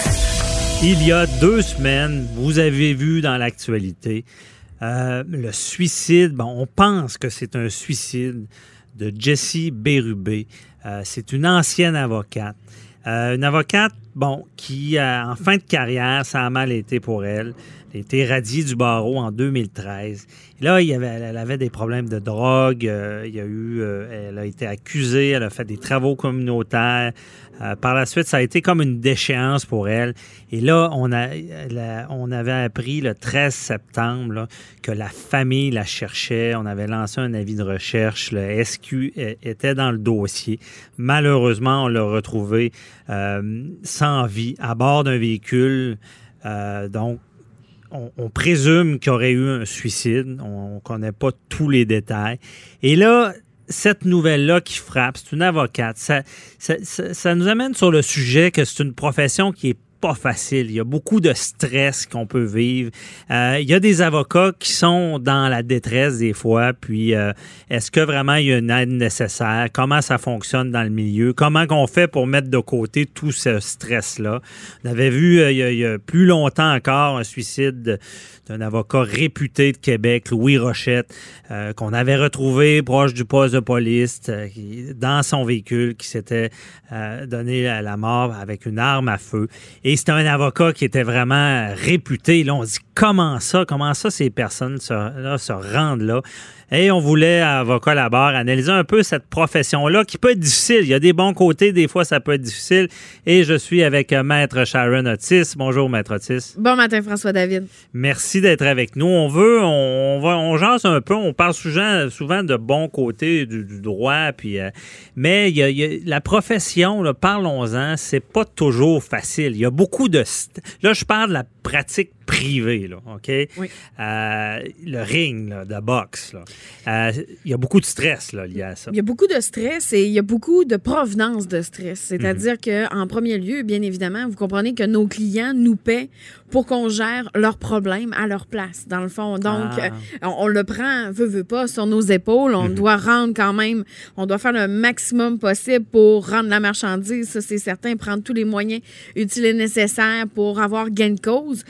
Il y a deux semaines, vous avez vu dans l'actualité euh, le suicide. Bon, on pense que c'est un suicide de Jessie Bérubé. Euh, c'est une ancienne avocate. Euh, une avocate, bon, qui, euh, en fin de carrière, ça a mal été pour elle. Elle a été radiée du barreau en deux mille treize. Et là, il y avait, elle avait des problèmes de drogue. Euh, il y a eu, euh, elle a été accusée. Elle a fait des travaux communautaires. Euh, par la suite, ça a été comme une déchéance pour elle. Et là, on, a, la, on avait appris le treize septembre là, que la famille la cherchait. On avait lancé un avis de recherche. Le S Q était dans le dossier. Malheureusement, on l'a retrouvé euh, sans vie, à bord d'un véhicule. Euh, donc, On, on présume qu'il y aurait eu un suicide. On ne connaît pas tous les détails. Et là, cette nouvelle-là qui frappe, c'est une avocate. Ça, ça, ça, ça nous amène sur le sujet que c'est une profession qui est pas facile. Il y a beaucoup de stress qu'on peut vivre. Euh, il y a des avocats qui sont dans la détresse des fois. Puis, euh, est-ce que vraiment il y a une aide nécessaire? Comment ça fonctionne dans le milieu? Comment on fait pour mettre de côté tout ce stress-là? On avait vu euh, il, y a, il y a plus longtemps encore un suicide d'un avocat réputé de Québec, Louis Rochette, euh, qu'on avait retrouvé proche du poste de police, euh, qui, dans son véhicule, qui s'était euh, donné à la mort avec une arme à feu. Et c'était un avocat qui était vraiment réputé. Là, on se dit, comment ça? Comment ça, ces personnes se, là, se rendent là? Et on voulait, à Avocat à la barre, analyser un peu cette profession-là qui peut être difficile. Il y a des bons côtés, des fois, ça peut être difficile. Et je suis avec Maître Sharon Otis. Bonjour, Maître Otis. Bon matin, François-David. Merci d'être avec nous. On veut, on, on va, on jase un peu, on parle souvent, souvent de bons côtés du, du droit, puis, euh, mais il y a, il y a, la profession, là, parlons-en, c'est pas toujours facile. Il y a beaucoup de... Là, je parle de la pratique privée, là, OK? Oui. Euh, le ring là, de boxe, là. Euh, il y a beaucoup de stress là, lié à ça. Il y a beaucoup de stress et il y a beaucoup de provenance de stress. C'est-à-dire mm-hmm. qu'en premier lieu, bien évidemment, vous comprenez que nos clients nous paient pour qu'on gère leurs problèmes à leur place, dans le fond. Donc, ah. euh, on, on le prend, veut, veut pas, sur nos épaules. On mm-hmm. doit rendre quand même, on doit faire le maximum possible pour rendre la marchandise, ça c'est certain, prendre tous les moyens utiles et nécessaires pour avoir gain de cause. Mm-hmm. Il y a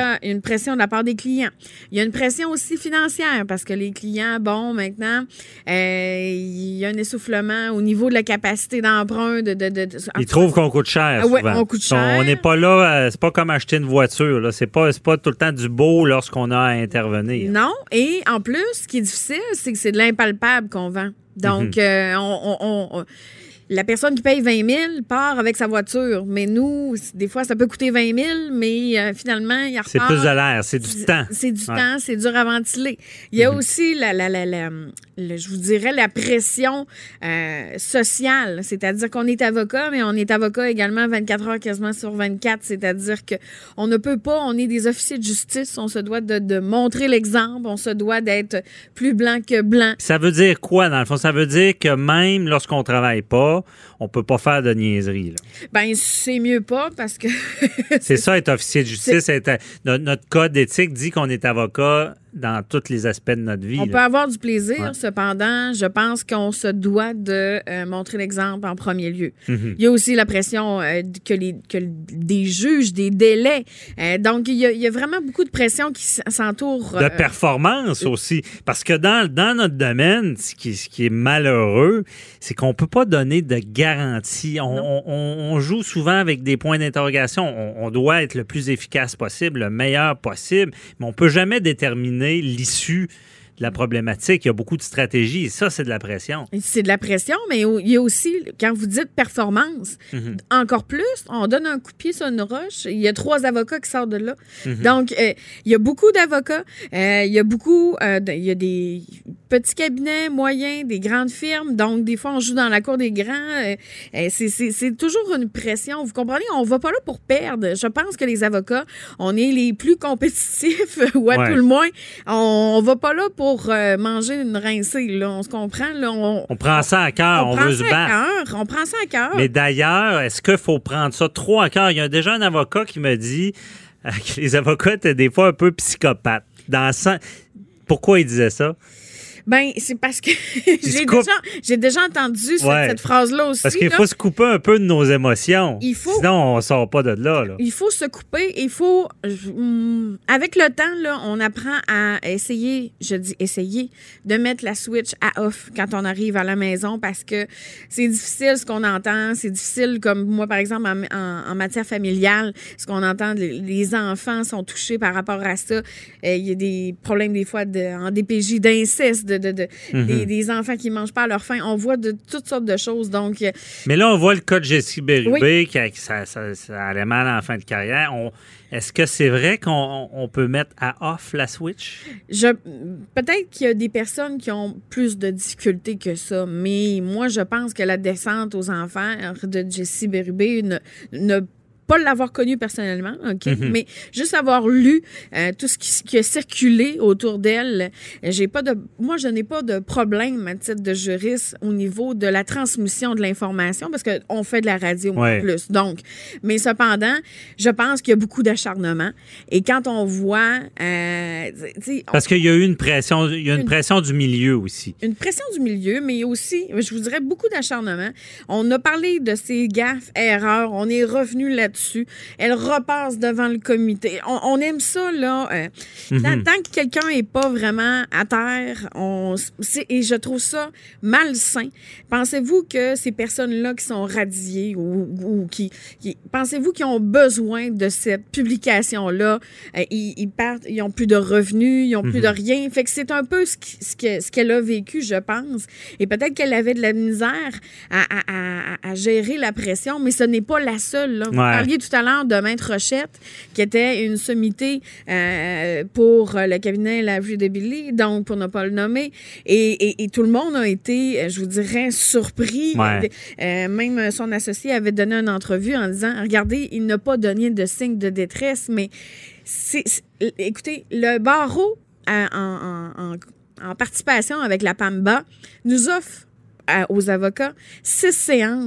a une pression de la part des clients. Il y a une pression aussi financière parce que les clients, bon, maintenant, euh, il y a un essoufflement au niveau de la capacité d'emprunt. De, de, de, de Ils trouvent qu'on coûte cher. Ah ouais, souvent. on coûte cher. On n'est pas là, euh, c'est pas comme acheter une voiture. Là. C'est pas, c'est pas tout le temps du beau lorsqu'on a à intervenir. Non, et en plus, ce qui est difficile, c'est que c'est de l'impalpable qu'on vend. Donc, mm-hmm. euh, on, on, on la personne qui paye vingt mille part avec sa voiture. Mais nous, des fois, ça peut coûter vingt mille, mais euh, finalement, il repart. C'est plus de l'air, c'est du temps. C'est du ouais. temps, c'est dur à ventiler. Il y a mm-hmm. aussi, la, la, la, la, la, je vous dirais, la pression euh, sociale. C'est-à-dire qu'on est avocat, mais on est avocat également vingt-quatre heures quasiment sur vingt-quatre. C'est-à-dire qu'on ne peut pas, on est des officiers de justice, on se doit de, de montrer l'exemple, on se doit d'être plus blanc que blanc. Ça veut dire quoi, dans le fond? Ça veut dire que même lorsqu'on travaille pas, on peut pas faire de niaiserie. Là. Ben c'est mieux pas parce que... c'est ça, être officier de justice. Être, notre, notre code d'éthique dit qu'on est avocat dans tous les aspects de notre vie. On là. peut avoir du plaisir, ouais. cependant, je pense qu'on se doit de euh, montrer l'exemple en premier lieu. Mm-hmm. Il y a aussi la pression euh, que, les, que des juges, des délais. Euh, donc, il y, a, il y a vraiment beaucoup de pression qui s'entoure. Euh, de performance euh, aussi. Parce que dans, dans notre domaine, ce qui, ce qui est malheureux, c'est qu'on peut pas donner de garantie. On, on, on joue souvent avec des points d'interrogation. On, on doit être le plus efficace possible, le meilleur possible, mais on peut jamais déterminer l'issue de la problématique. Il y a beaucoup de stratégies et ça, c'est de la pression. C'est de la pression, mais il y a aussi, quand vous dites performance, mm-hmm. encore plus, on donne un coup de pied sur une roche. Il y a trois avocats qui sortent de là. Mm-hmm. Donc, euh, il y a beaucoup d'avocats. Euh, il y a beaucoup, euh, de, il y a des petits cabinets, moyens, des grandes firmes. Donc, des fois, on joue dans la cour des grands. Euh, c'est, c'est, c'est toujours une pression. Vous comprenez? On ne va pas là pour perdre. Je pense que les avocats, on est les plus compétitifs, ou à ouais. tout le moins. On ne va pas là pour pour euh, manger une rincée, là. On se comprend, là. On, on prend ça à cœur, on, on veut se battre. On prend ça à cœur. Mais d'ailleurs, est-ce qu'il faut prendre ça trop à cœur? Il y a déjà un avocat qui me dit euh, que les avocats étaient des fois un peu psychopathes. Dans ça, pourquoi il disait ça? Ben, c'est parce que j'ai déjà, j'ai déjà entendu cette, ouais. cette phrase-là aussi. Parce qu'il là. faut se couper un peu de nos émotions. Il faut, sinon, on ne sort pas de là, là. Il faut se couper. Il faut... Hum, avec le temps, là, on apprend à essayer, je dis essayer, de mettre la switch à off quand on arrive à la maison parce que c'est difficile ce qu'on entend. C'est difficile, comme moi, par exemple, en, en, en matière familiale, ce qu'on entend, les, les enfants sont touchés par rapport à ça. Il euh, y a des problèmes, des fois, de, en D P J, d'inceste, de De, de, mm-hmm. des, des enfants qui ne mangent pas à leur faim. On voit de toutes sortes de choses. Donc, mais là, on voit le cas de Jessie Bérubé, oui. qui a, ça, ça, ça allait mal en fin de carrière. On, est-ce que c'est vrai qu'on on peut mettre à off la switch? Je, peut-être qu'il y a des personnes qui ont plus de difficultés que ça, mais moi, je pense que la descente aux enfers de Jessie Bérubé ne, ne pas l'avoir connue personnellement, OK? Mm-hmm. Mais juste avoir lu euh, tout ce qui, ce qui a circulé autour d'elle, j'ai pas de, moi, je n'ai pas de problème à titre de juriste au niveau de la transmission de l'information parce qu'on fait de la radio ouais. plus. Donc, mais cependant, je pense qu'il y a beaucoup d'acharnement. Et quand on voit... Euh, parce on, qu'il y a eu une pression, il y a une, une pression du milieu aussi. Une pression du milieu, mais aussi, je vous dirais, beaucoup d'acharnement. On a parlé de ces gaffes, erreurs, on est revenu là-dessus. Elle repasse devant le comité. On, on aime ça, là. Euh, mm-hmm. tant, tant que quelqu'un n'est pas vraiment à terre, on, c'est, et je trouve ça malsain. Pensez-vous que ces personnes-là qui sont radiées ou, ou qui, qui... Pensez-vous qu'ils ont besoin de cette publication-là? Euh, ils, ils partent, ils n'ont plus de revenus, ils n'ont mm-hmm. plus de rien. Fait que c'est un peu ce, qui, ce, que, ce qu'elle a vécu, je pense. Et peut-être qu'elle avait de la misère à, à, à, à gérer la pression, mais ce n'est pas la seule, là. Vous ouais. parliez tout à l'heure de Maître Rochette, qui était une sommité euh, pour le cabinet La Vue de Billy, donc pour ne pas le nommer. Et, et, et tout le monde a été, je vous dirais, surpris. Ouais. Euh, même son associé avait donné une entrevue en disant, regardez, il n'a pas donné de signe de détresse, mais c'est, c'est, écoutez, le barreau en, en, en, en participation avec la PAMBA nous offre à, aux avocats six séances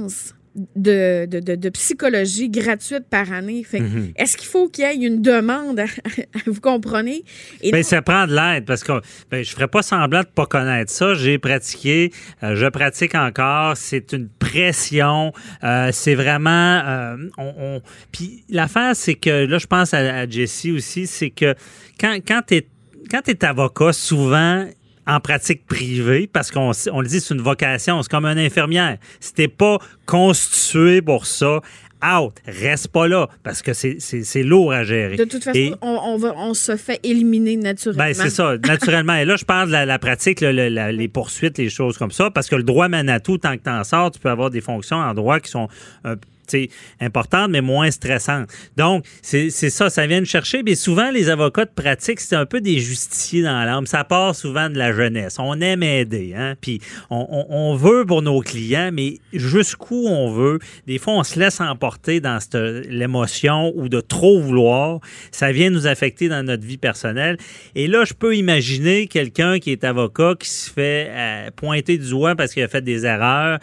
de, de, de, de psychologie gratuite par année. Fait, mm-hmm. Est-ce qu'il faut qu'il y ait une demande, vous comprenez? Et ben, donc, ça prend de l'aide parce que ben, je ne ferais pas semblant de ne pas connaître ça. J'ai pratiqué, euh, je pratique encore. C'est une pression. Euh, c'est vraiment... Euh, on, on... Puis l'affaire, c'est que, là, je pense à, à Jessie aussi, c'est que quand, quand tu es quand tu es avocat, souvent... en pratique privée, parce qu'on on le dit, c'est une vocation, c'est comme une infirmière. Si t'es pas constitué pour ça, out, reste pas là, parce que c'est, c'est, c'est lourd à gérer. De toute façon, Et, on, on, va, on se fait éliminer naturellement. Ben c'est ça, naturellement. Et là, je parle de la, la pratique, le, le, la, les poursuites, les choses comme ça, parce que le droit mène à tout. Tant que t'en sors, tu peux avoir des fonctions en droit qui sont... Euh, importante, mais moins stressante. Donc, c'est, c'est ça, ça vient de chercher. Mais souvent, les avocats de pratique, c'est un peu des justiciers dans l'âme. Ça part souvent de la jeunesse. On aime aider, hein? Puis on, on, on veut pour nos clients, mais jusqu'où on veut. Des fois, on se laisse emporter dans cette, l'émotion ou de trop vouloir. Ça vient nous affecter dans notre vie personnelle. Et là, je peux imaginer quelqu'un qui est avocat qui se fait euh, pointer du doigt parce qu'il a fait des erreurs.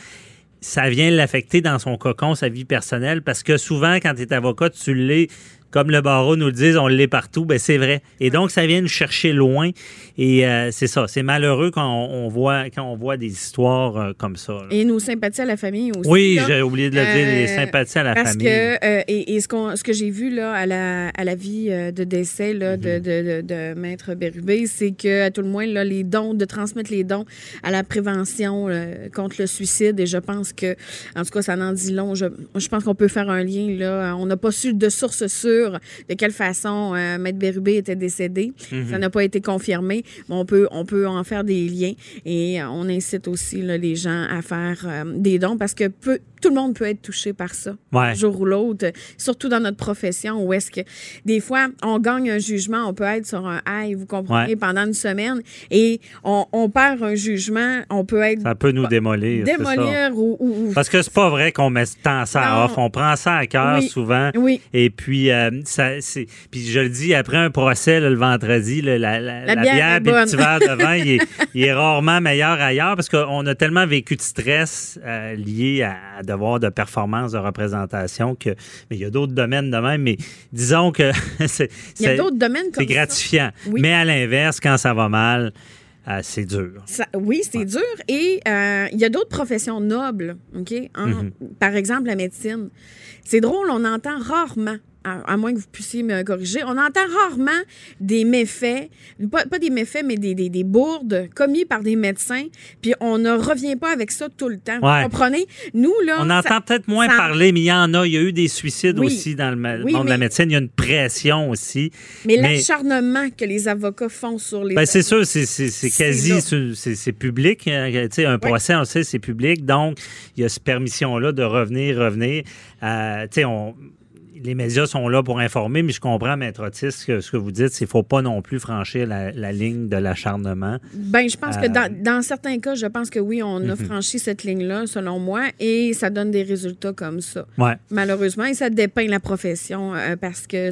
Ça vient l'affecter dans son cocon, sa vie personnelle, parce que souvent, quand tu es avocat, tu l'es, comme le barreau nous le dit, on l'est partout, ben c'est vrai. Et donc, ça vient nous chercher loin. Et euh, c'est ça, c'est malheureux quand on, on voit quand on voit des histoires euh, comme ça. Là. Et nos sympathies à la famille aussi. Oui, là. J'ai oublié de le dire, euh, les sympathies à la parce famille. Parce que, euh, et, et ce, qu'on, ce que j'ai vu là, à, la, à la vie de décès là, mm-hmm. de, de, de, de Maître Bérubé, c'est que, à tout le moins, là, les dons, de transmettre les dons à la prévention euh, contre le suicide. Et je pense que, en tout cas, ça en dit long. Je, je pense qu'on peut faire un lien. Là. On n'a pas su de source sûre de quelle façon euh, Maître Bérubé était décédé. Mm-hmm. Ça n'a pas été confirmé. Mais on peut, on peut en faire des liens. Et euh, on incite aussi là, les gens à faire euh, des dons parce que peu, tout le monde peut être touché par ça, ouais. un jour ou l'autre. Surtout dans notre profession où est-ce que des fois, on gagne un jugement, on peut être sur un high, vous comprenez, ouais. pendant une semaine. Et on, on perd un jugement, on peut être... Ça peut nous démolir. Démolir ou, ou... Parce que c'est pas vrai qu'on met tant ça à off. On prend ça à cœur oui. souvent. Oui. Et puis, euh, ça, c'est... puis je le dis, après un procès là, le vendredi, là, la, la, la, la bière, bière et le petit verre de vin, il est, il est rarement meilleur ailleurs parce qu'on a tellement vécu de stress euh, lié à, à devoir de performance, de représentation que... Mais il y a d'autres domaines de même, mais disons que c'est, il y a d'autres domaines comme c'est gratifiant. Oui. Mais à l'inverse, quand ça va mal, euh, c'est dur. Ça, oui, c'est ouais. dur. Et euh, il y a d'autres professions nobles, OK? En, mm-hmm. Par exemple, la médecine. C'est drôle, on entend rarement, à, à moins que vous puissiez me corriger, on entend rarement des méfaits, pas, pas des méfaits, mais des, des, des bourdes commis par des médecins, puis on ne revient pas avec ça tout le temps. Ouais. Vous comprenez? Nous, là... On entend ça, peut-être moins ça... parler, mais il y en a. Il y a eu des suicides oui. aussi dans le oui, monde de mais... la médecine. Il y a une pression aussi. Mais, mais... l'acharnement que les avocats font sur les... Ben, c'est sûr, c'est, c'est, c'est quasi... C'est, c'est, c'est public. Hein. Tu sais, un procès, ouais. on le sait, c'est public. Donc, il y a cette permission-là de revenir, revenir. Euh, tu sais, on... Les médias sont là pour informer, mais je comprends, Maître Otis, que ce que vous dites, c'est qu'il ne faut pas non plus franchir la, la ligne de l'acharnement. Bien, je pense euh... que dans, dans certains cas, je pense que oui, on a mm-hmm. franchi cette ligne-là, selon moi, et ça donne des résultats comme ça. Ouais. Malheureusement, et ça dépeint la profession euh, parce que...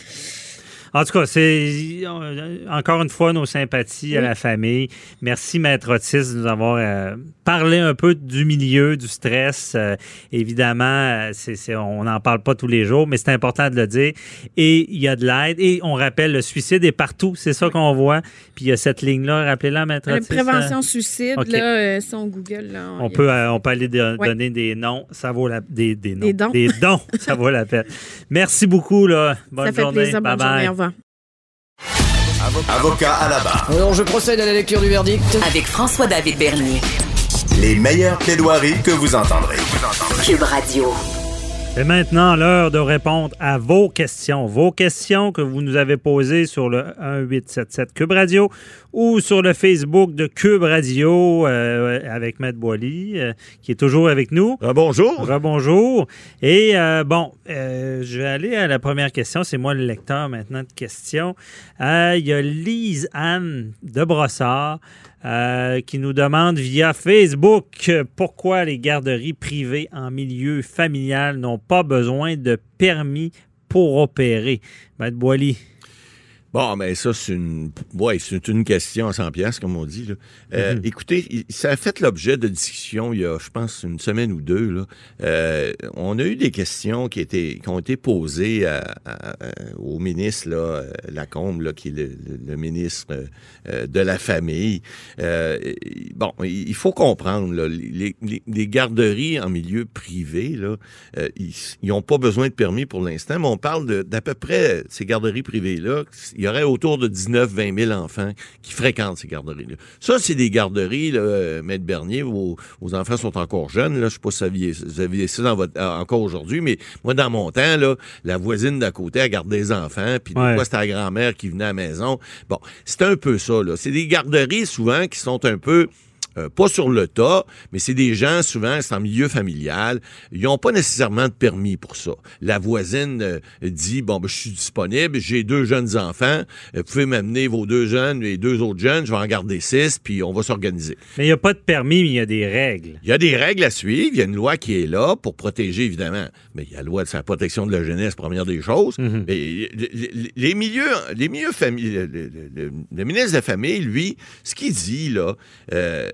En tout cas, c'est encore une fois nos sympathies oui. à la famille. Merci, Maître Otis, de nous avoir euh, parlé un peu du milieu, du stress. Euh, évidemment, c'est, c'est, on n'en parle pas tous les jours, mais c'est important de le dire. Et il y a de l'aide. Et on rappelle, le suicide est partout. C'est ça qu'on voit. Puis il y a cette ligne-là. Rappelez-la, Maître Otis. La prévention euh... suicide, okay. là, euh, si on Google. Là, on, on, peut, euh, on peut aller de, ouais. donner des noms. Ça vaut la... Des, des noms. Des dons. Des dons. Ça vaut la peine. Merci beaucoup. Là. Bonne ça fait journée. Plaisir, bonne Bye-bye. Journée, au revoir. Avocat à la barre. Alors, je procède à la lecture du verdict. Avec François-David Bernier. Les meilleures plaidoiries que vous entendrez. Cube Radio. C'est maintenant l'heure de répondre à vos questions. Vos questions que vous nous avez posées sur le un huit sept sept Cube Radio ou sur le Facebook de Cube Radio euh, avec Maître Boily, euh, qui est toujours avec nous. Rebonjour. Rebonjour. Et euh, bon, euh, je vais aller à la première question. C'est moi le lecteur maintenant de questions. Euh, il y a Lise Anne de Brossard euh, qui nous demande via Facebook pourquoi les garderies privées en milieu familial n'ont pas besoin de permis pour opérer. Maître Boily. Bon, mais ça, c'est une ouais, c'est une question à cent piastres, comme on dit. Là. Euh, mm-hmm. Écoutez, ça a fait l'objet de discussions il y a, je pense, une semaine ou deux. Là. Euh, on a eu des questions qui, étaient, qui ont été posées à, à, à, au ministre là, Lacombe, là, qui est le, le, le ministre euh, de la Famille. Euh, bon, il faut comprendre, là, les, les, les garderies en milieu privé, là, euh, ils n'ont pas besoin de permis pour l'instant, mais on parle de, d'à peu près ces garderies privées-là. Il y aurait autour de dix-neuf à vingt mille enfants qui fréquentent ces garderies-là. Ça, c'est des garderies, là, euh, Maître Bernier, où vos enfants sont encore jeunes. Là, je ne sais pas si vous aviez ça dans votre, euh, encore aujourd'hui, mais moi, dans mon temps, là, la voisine d'à côté, elle gardait des enfants, puis ouais. des fois, c'était la grand-mère qui venait à la maison. Bon, c'est un peu ça, là. C'est des garderies, souvent, qui sont un peu... Euh, pas sur le tas, mais c'est des gens, souvent, c'est en milieu familial. Ils n'ont pas nécessairement de permis pour ça. La voisine euh, dit, bon, ben, je suis disponible, j'ai deux jeunes enfants, euh, vous pouvez m'amener vos deux jeunes et deux autres jeunes, je vais en garder six, puis on va s'organiser. Mais il n'y a pas de permis, mais il y a des règles. Il y a des règles à suivre, il y a une loi qui est là pour protéger, évidemment. Mais il y a la loi de la protection de la jeunesse, première des choses. Mm-hmm. Mais les, les milieux, les milieux famille, le, le, le, le ministre de la Famille, lui, ce qu'il dit, là, euh,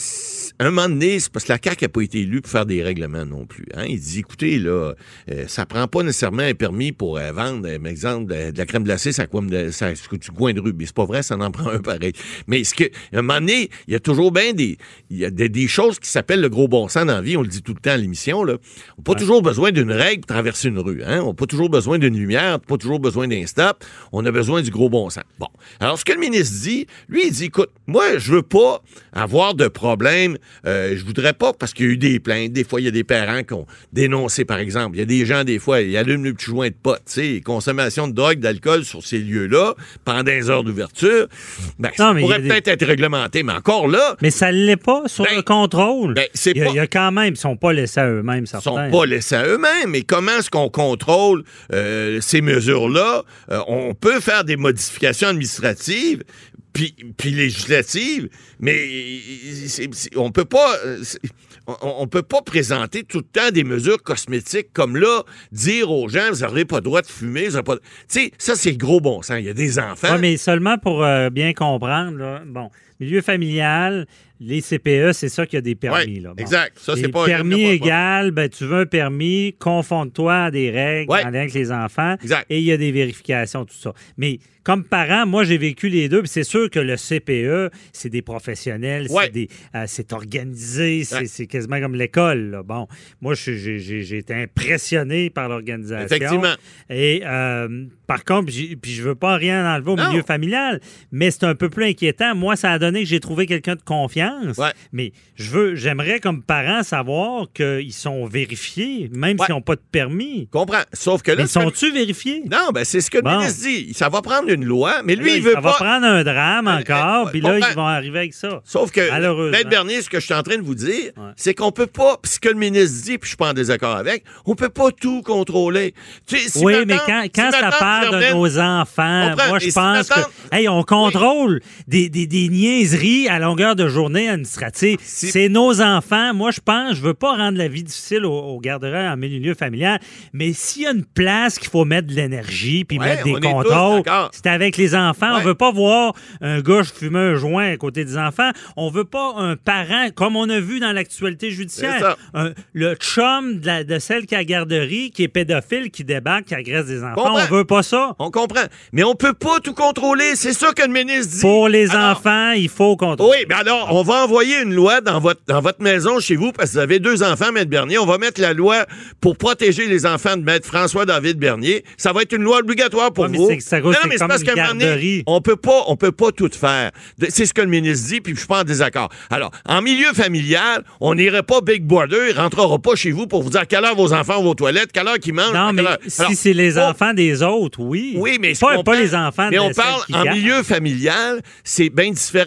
un moment donné, c'est parce que la C A Q n'a pas été élue pour faire des règlements non plus. Hein? Il dit, écoutez, là, euh, ça prend pas nécessairement un permis pour euh, vendre, par exemple, de, de la crème glacée, ça coûte du coin de rue. Mais c'est pas vrai, ça en prend un pareil. Mais ce que, à un moment donné, il y a toujours bien des, il y a des, des choses qui s'appellent le gros bon sens dans la vie. On le dit tout le temps à l'émission, là. On n'a pas ouais. toujours besoin d'une règle pour traverser une rue. Hein? On n'a pas toujours besoin d'une lumière, on n'a pas toujours besoin d'un stop. On a besoin du gros bon sens. Bon. Alors, ce que le ministre dit, lui, il dit, écoute, moi, je veux pas avoir de problème. Euh, je voudrais pas, parce qu'il y a eu des plaintes. Des fois, il y a des parents qui ont dénoncé, par exemple. Il y a des gens, des fois, ils allument le petit joint de pot. Tu sais, consommation de drogue, d'alcool sur ces lieux-là, pendant des heures d'ouverture. Ben, non, ça pourrait peut-être des... être réglementé, mais encore là... Mais ça ne l'est pas sur ben, le contrôle. Ben, c'est il, y a, pas... il y a quand même, ils ne sont pas laissés à eux-mêmes, certains. Ils ne sont pas laissés à eux-mêmes, mais comment est-ce qu'on contrôle euh, ces mesures-là? Euh, on peut faire des modifications administratives, Puis, puis législative, mais c'est, c'est, on peut pas on, on peut pas présenter tout le temps des mesures cosmétiques comme là, dire aux gens, vous n'aurez pas le droit de fumer, vous n'aurez pas... Tu sais, ça, c'est le gros bon sens. Il y a des enfants... Oui, mais seulement pour euh, bien comprendre, là, bon, milieu familial, les C P E, c'est ça qu'il y a des permis. Oui, là. Bon. Exact. Ça, c'est pas, permis pas, égal, ben, tu veux un permis, confonde-toi à des règles ouais. en lien avec les enfants, exact. Et il y a des vérifications, tout ça. Mais comme parent, moi, j'ai vécu les deux, puis c'est sûr que le C P E, c'est des professionnels, ouais. c'est, des, euh, c'est organisé, c'est, ouais. c'est quasiment comme l'école. Là. Bon, moi, j'ai, j'ai, j'ai été impressionné par l'organisation. Effectivement. Et euh, par contre, puis je veux pas rien enlever au non. milieu familial, mais c'est un peu plus inquiétant. Moi, ça a donné que j'ai trouvé quelqu'un de confiance, ouais. mais je veux, j'aimerais comme parent savoir qu'ils sont vérifiés, même ouais. s'ils n'ont pas de permis. Comprends. Sauf que là... Mais sont-tu vérifiés? Non, ben c'est ce que le bon. ministre dit. Ça va prendre une loi, mais lui, là, il veut ça pas... Ça va prendre un drame encore, puis là, comprends. ils vont arriver avec ça. Sauf que, Maître Bernier, ce que je suis en train de vous dire, ouais. c'est qu'on peut pas, ce que le ministre dit, puis je suis pas en désaccord avec, on peut pas tout contrôler. Tu sais, si oui, maintenant, mais quand, quand si ça parle de nos enfants, moi, je si pense maintenant... que, hey, on contrôle oui. des, des, des niaiseries à longueur de journée administrative. Si... C'est nos enfants. Moi, je pense, je veux pas rendre la vie difficile aux, aux garderies en milieu familial, mais s'il y a une place qu'il faut mettre de l'énergie puis ouais, mettre des contrôles, c'est avec les enfants. Ouais. On veut pas voir un gars fumer un joint à côté des enfants. On veut pas un parent, comme on a vu dans l'actualité judiciaire, un, le chum de, la, de celle qui a la garderie, qui est pédophile, qui débarque, qui agresse des enfants. Comprends. On veut pas ça. On comprend. Mais on peut pas tout contrôler. C'est ça que le ministre dit. Pour les alors, enfants, il faut contrôler. Oui, mais alors, on va envoyer une loi dans votre, dans votre maison chez vous, parce que vous avez deux enfants, Maître Bernier. On va mettre la loi pour protéger les enfants de Maître François-David Bernier. Ça va être une loi obligatoire pour ouais, vous. Mais c'est, ça, non, c'est mais c'est parce qu'à un moment donné, on peut pas, on peut pas tout faire. C'est ce que le ministre dit, puis je suis pas en désaccord. Alors, en milieu familial, on n'irait pas Big Brother, il rentrera pas chez vous pour vous dire à quelle heure vos enfants vont aux toilettes, quelle heure qu'ils mangent. Non, mais heure. si Alors, c'est les oh, enfants des autres, oui. Oui, mais pas, pas les enfants mais de on parle en garde. milieu familial, c'est bien différent.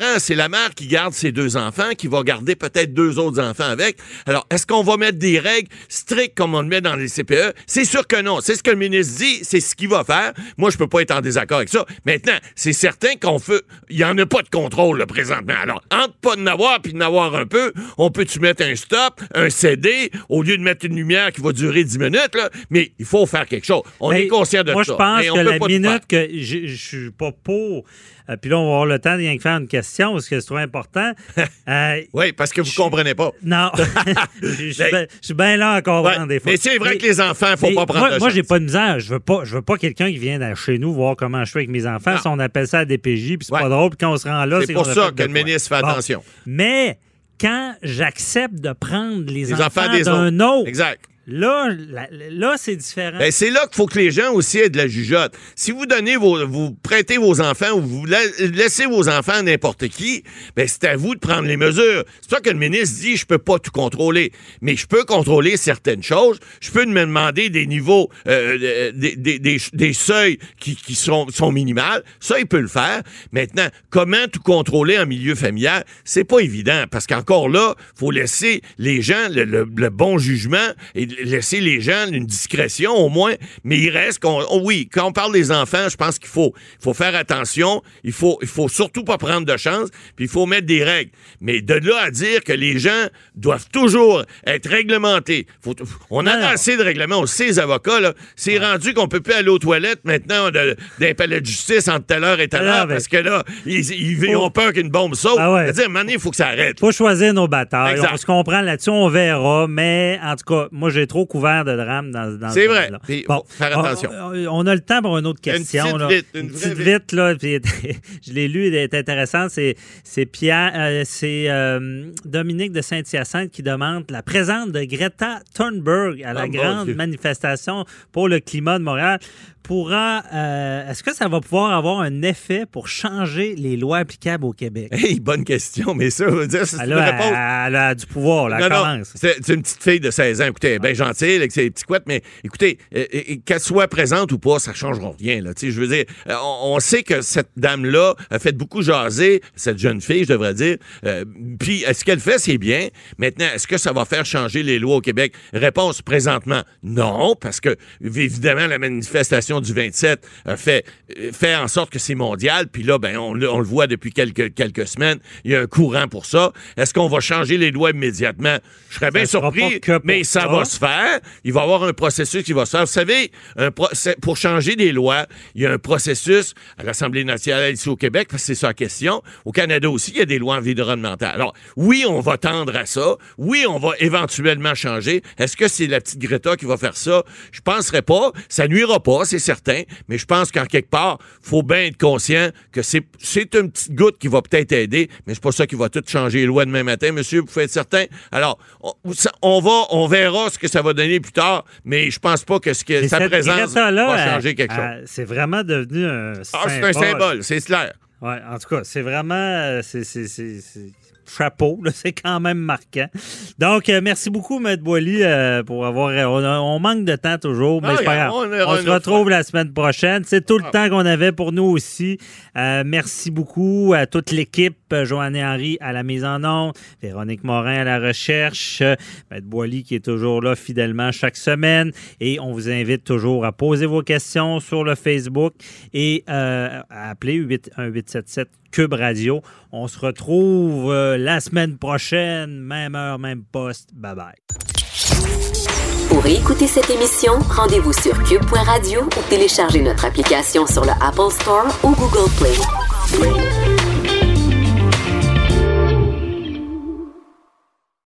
maintenant, c'est la mère qui garde ses deux enfants, qui va garder peut-être deux autres enfants avec. Alors, est-ce qu'on va mettre des règles strictes comme on le met dans les C P E? C'est sûr que non. C'est ce que le ministre dit, c'est ce qu'il va faire. Moi, je peux pas être en désaccord avec ça. Maintenant, c'est certain qu'on fait... Il y en a pas de contrôle, là, présentement. Alors, entre pas de n'avoir puis de n'avoir un peu, on peut-tu mettre un stop, un C D, au lieu de mettre une lumière qui va durer dix minutes, là? Mais il faut faire quelque chose. On mais est conscient de moi, ça. Moi, je pense mais que la minute que je suis pas pour... Euh, puis là, on va avoir le temps de rien que faire une question parce que c'est trop important. Euh, oui, parce que vous ne comprenez pas. Non. Je suis bien là encore ouais, des fois. Mais c'est vrai mais, que les enfants, il ne faut pas prendre moi, de moi, chance. j'ai pas de misère. Je veux pas, je veux pas quelqu'un qui vienne chez nous voir comment je fais avec mes enfants. Si on appelle ça à D P J, puis c'est ouais. pas drôle, puis quand on se rend là, c'est, c'est pour ça que le ministre fait bon. attention. Mais quand j'accepte de prendre les, les enfants, enfants des d'un autres. autre, exact. Là, là, là, c'est différent. Ben, c'est là qu'il faut que les gens aussi aient de la jugeote. Si vous donnez vos, vous prêtez vos enfants ou vous laissez vos enfants à n'importe qui, ben, c'est à vous de prendre les mesures. C'est pour ça que le ministre dit, je peux pas tout contrôler, mais je peux contrôler certaines choses. Je peux me demander des niveaux, euh, des, des, des, des seuils qui, qui sont, sont minimales. Ça, il peut le faire. Maintenant, comment tout contrôler en milieu familial? C'est pas évident parce qu'encore là, faut laisser les gens le, le, le bon jugement et laisser les gens une discrétion au moins, mais il reste qu'on... Oh oui, quand on parle des enfants, je pense qu'il faut, il faut faire attention, il faut, il faut surtout pas prendre de chance, puis il faut mettre des règles. Mais de là à dire que les gens doivent toujours être réglementés, faut, on a assez de règlements, on sait, les avocats, là, c'est ouais. rendu qu'on peut plus aller aux toilettes maintenant de, d'un palais de justice entre telle heure et telle heure, parce que là, ils, ils ont peur qu'une bombe saute. Ah ouais. C'est-à-dire, à un moment donné, il faut que ça arrête. Il faut choisir nos batailles. Exact. On se comprend là-dessus, on verra, mais en tout cas, moi, j'ai trop couvert de drames dans, dans c'est ce vrai. là. Puis, bon, faire attention. On, on a le temps pour une autre question. Une petite là. vite. Une, une petite vite, vite. là. Puis, je l'ai lu, elle est intéressante. C'est, c'est Pierre, euh, c'est euh, Dominique de Saint-Hyacinthe qui demande la présence de Greta Thunberg à la oh, grande Dieu. manifestation pour le climat de Montréal. Pourra, euh, est-ce que ça va pouvoir avoir un effet pour changer les lois applicables au Québec? Hey, bonne question, mais ça veut dire c'est elle une a, réponse. Elle a du pouvoir, là, elle non, commence. Non, c'est, c'est une petite fille de seize ans. Écoutez, elle est bien gentille avec ses petits couettes, mais écoutez, euh, euh, qu'elle soit présente ou pas, ça ne changera rien. Là. Je veux dire, euh, on, on sait que cette dame-là a fait beaucoup jaser, cette jeune fille, je devrais dire. Euh, puis, ce qu'elle fait, c'est bien. Maintenant, est-ce que ça va faire changer les lois au Québec? Réponse, présentement, non, parce que, évidemment, la manifestation du vingt-sept a fait, fait en sorte que c'est mondial. Puis là, ben, on, on le voit depuis quelques, quelques semaines. Il y a un courant pour ça. Est-ce qu'on va changer les lois immédiatement? Je serais bien surpris, mais ça, ça va se faire. Il va y avoir un processus qui va se faire. Vous savez, un pro- pour changer des lois, il y a un processus à l'Assemblée nationale ici au Québec, parce que c'est ça la question. Au Canada aussi, il y a des lois environnementales. Alors, oui, on va tendre à ça. Oui, on va éventuellement changer. Est-ce que c'est la petite Greta qui va faire ça? Je penserais pas. Ça nuira pas, c'est certain. Mais je pense qu'en quelque part, il faut bien être conscient que c'est, c'est une petite goutte qui va peut-être aider, mais c'est pas ça qui va tout changer les lois demain matin, monsieur, vous pouvez être certain. Alors, on, on va, on verra ce que ça va donner plus tard, mais je pense pas que, ce que sa présence va changer quelque chose. Euh, c'est vraiment devenu un ah, symbole. C'est un symbole, c'est clair. Ouais, en tout cas, c'est vraiment... C'est, c'est, c'est, c'est... chapeau, là, c'est quand même marquant. Donc, euh, merci beaucoup, M. Boily, euh, pour avoir... On, on manque de temps toujours, mais ah, c'est pas grave. On, on se retrouve fois. la semaine prochaine. C'est tout le ah. temps qu'on avait pour nous aussi. Euh, merci beaucoup à toute l'équipe. Joanne Henry à la mise en onde, Véronique Morin à la recherche, M. Boily qui est toujours là fidèlement chaque semaine. Et on vous invite toujours à poser vos questions sur le Facebook et euh, à appeler huit un huit sept sept Cube Radio. On se retrouve euh, la semaine prochaine, même heure, même poste. Bye bye. Pour écouter cette émission, rendez-vous sur cube point radio ou téléchargez notre application sur le Apple Store ou Google Play.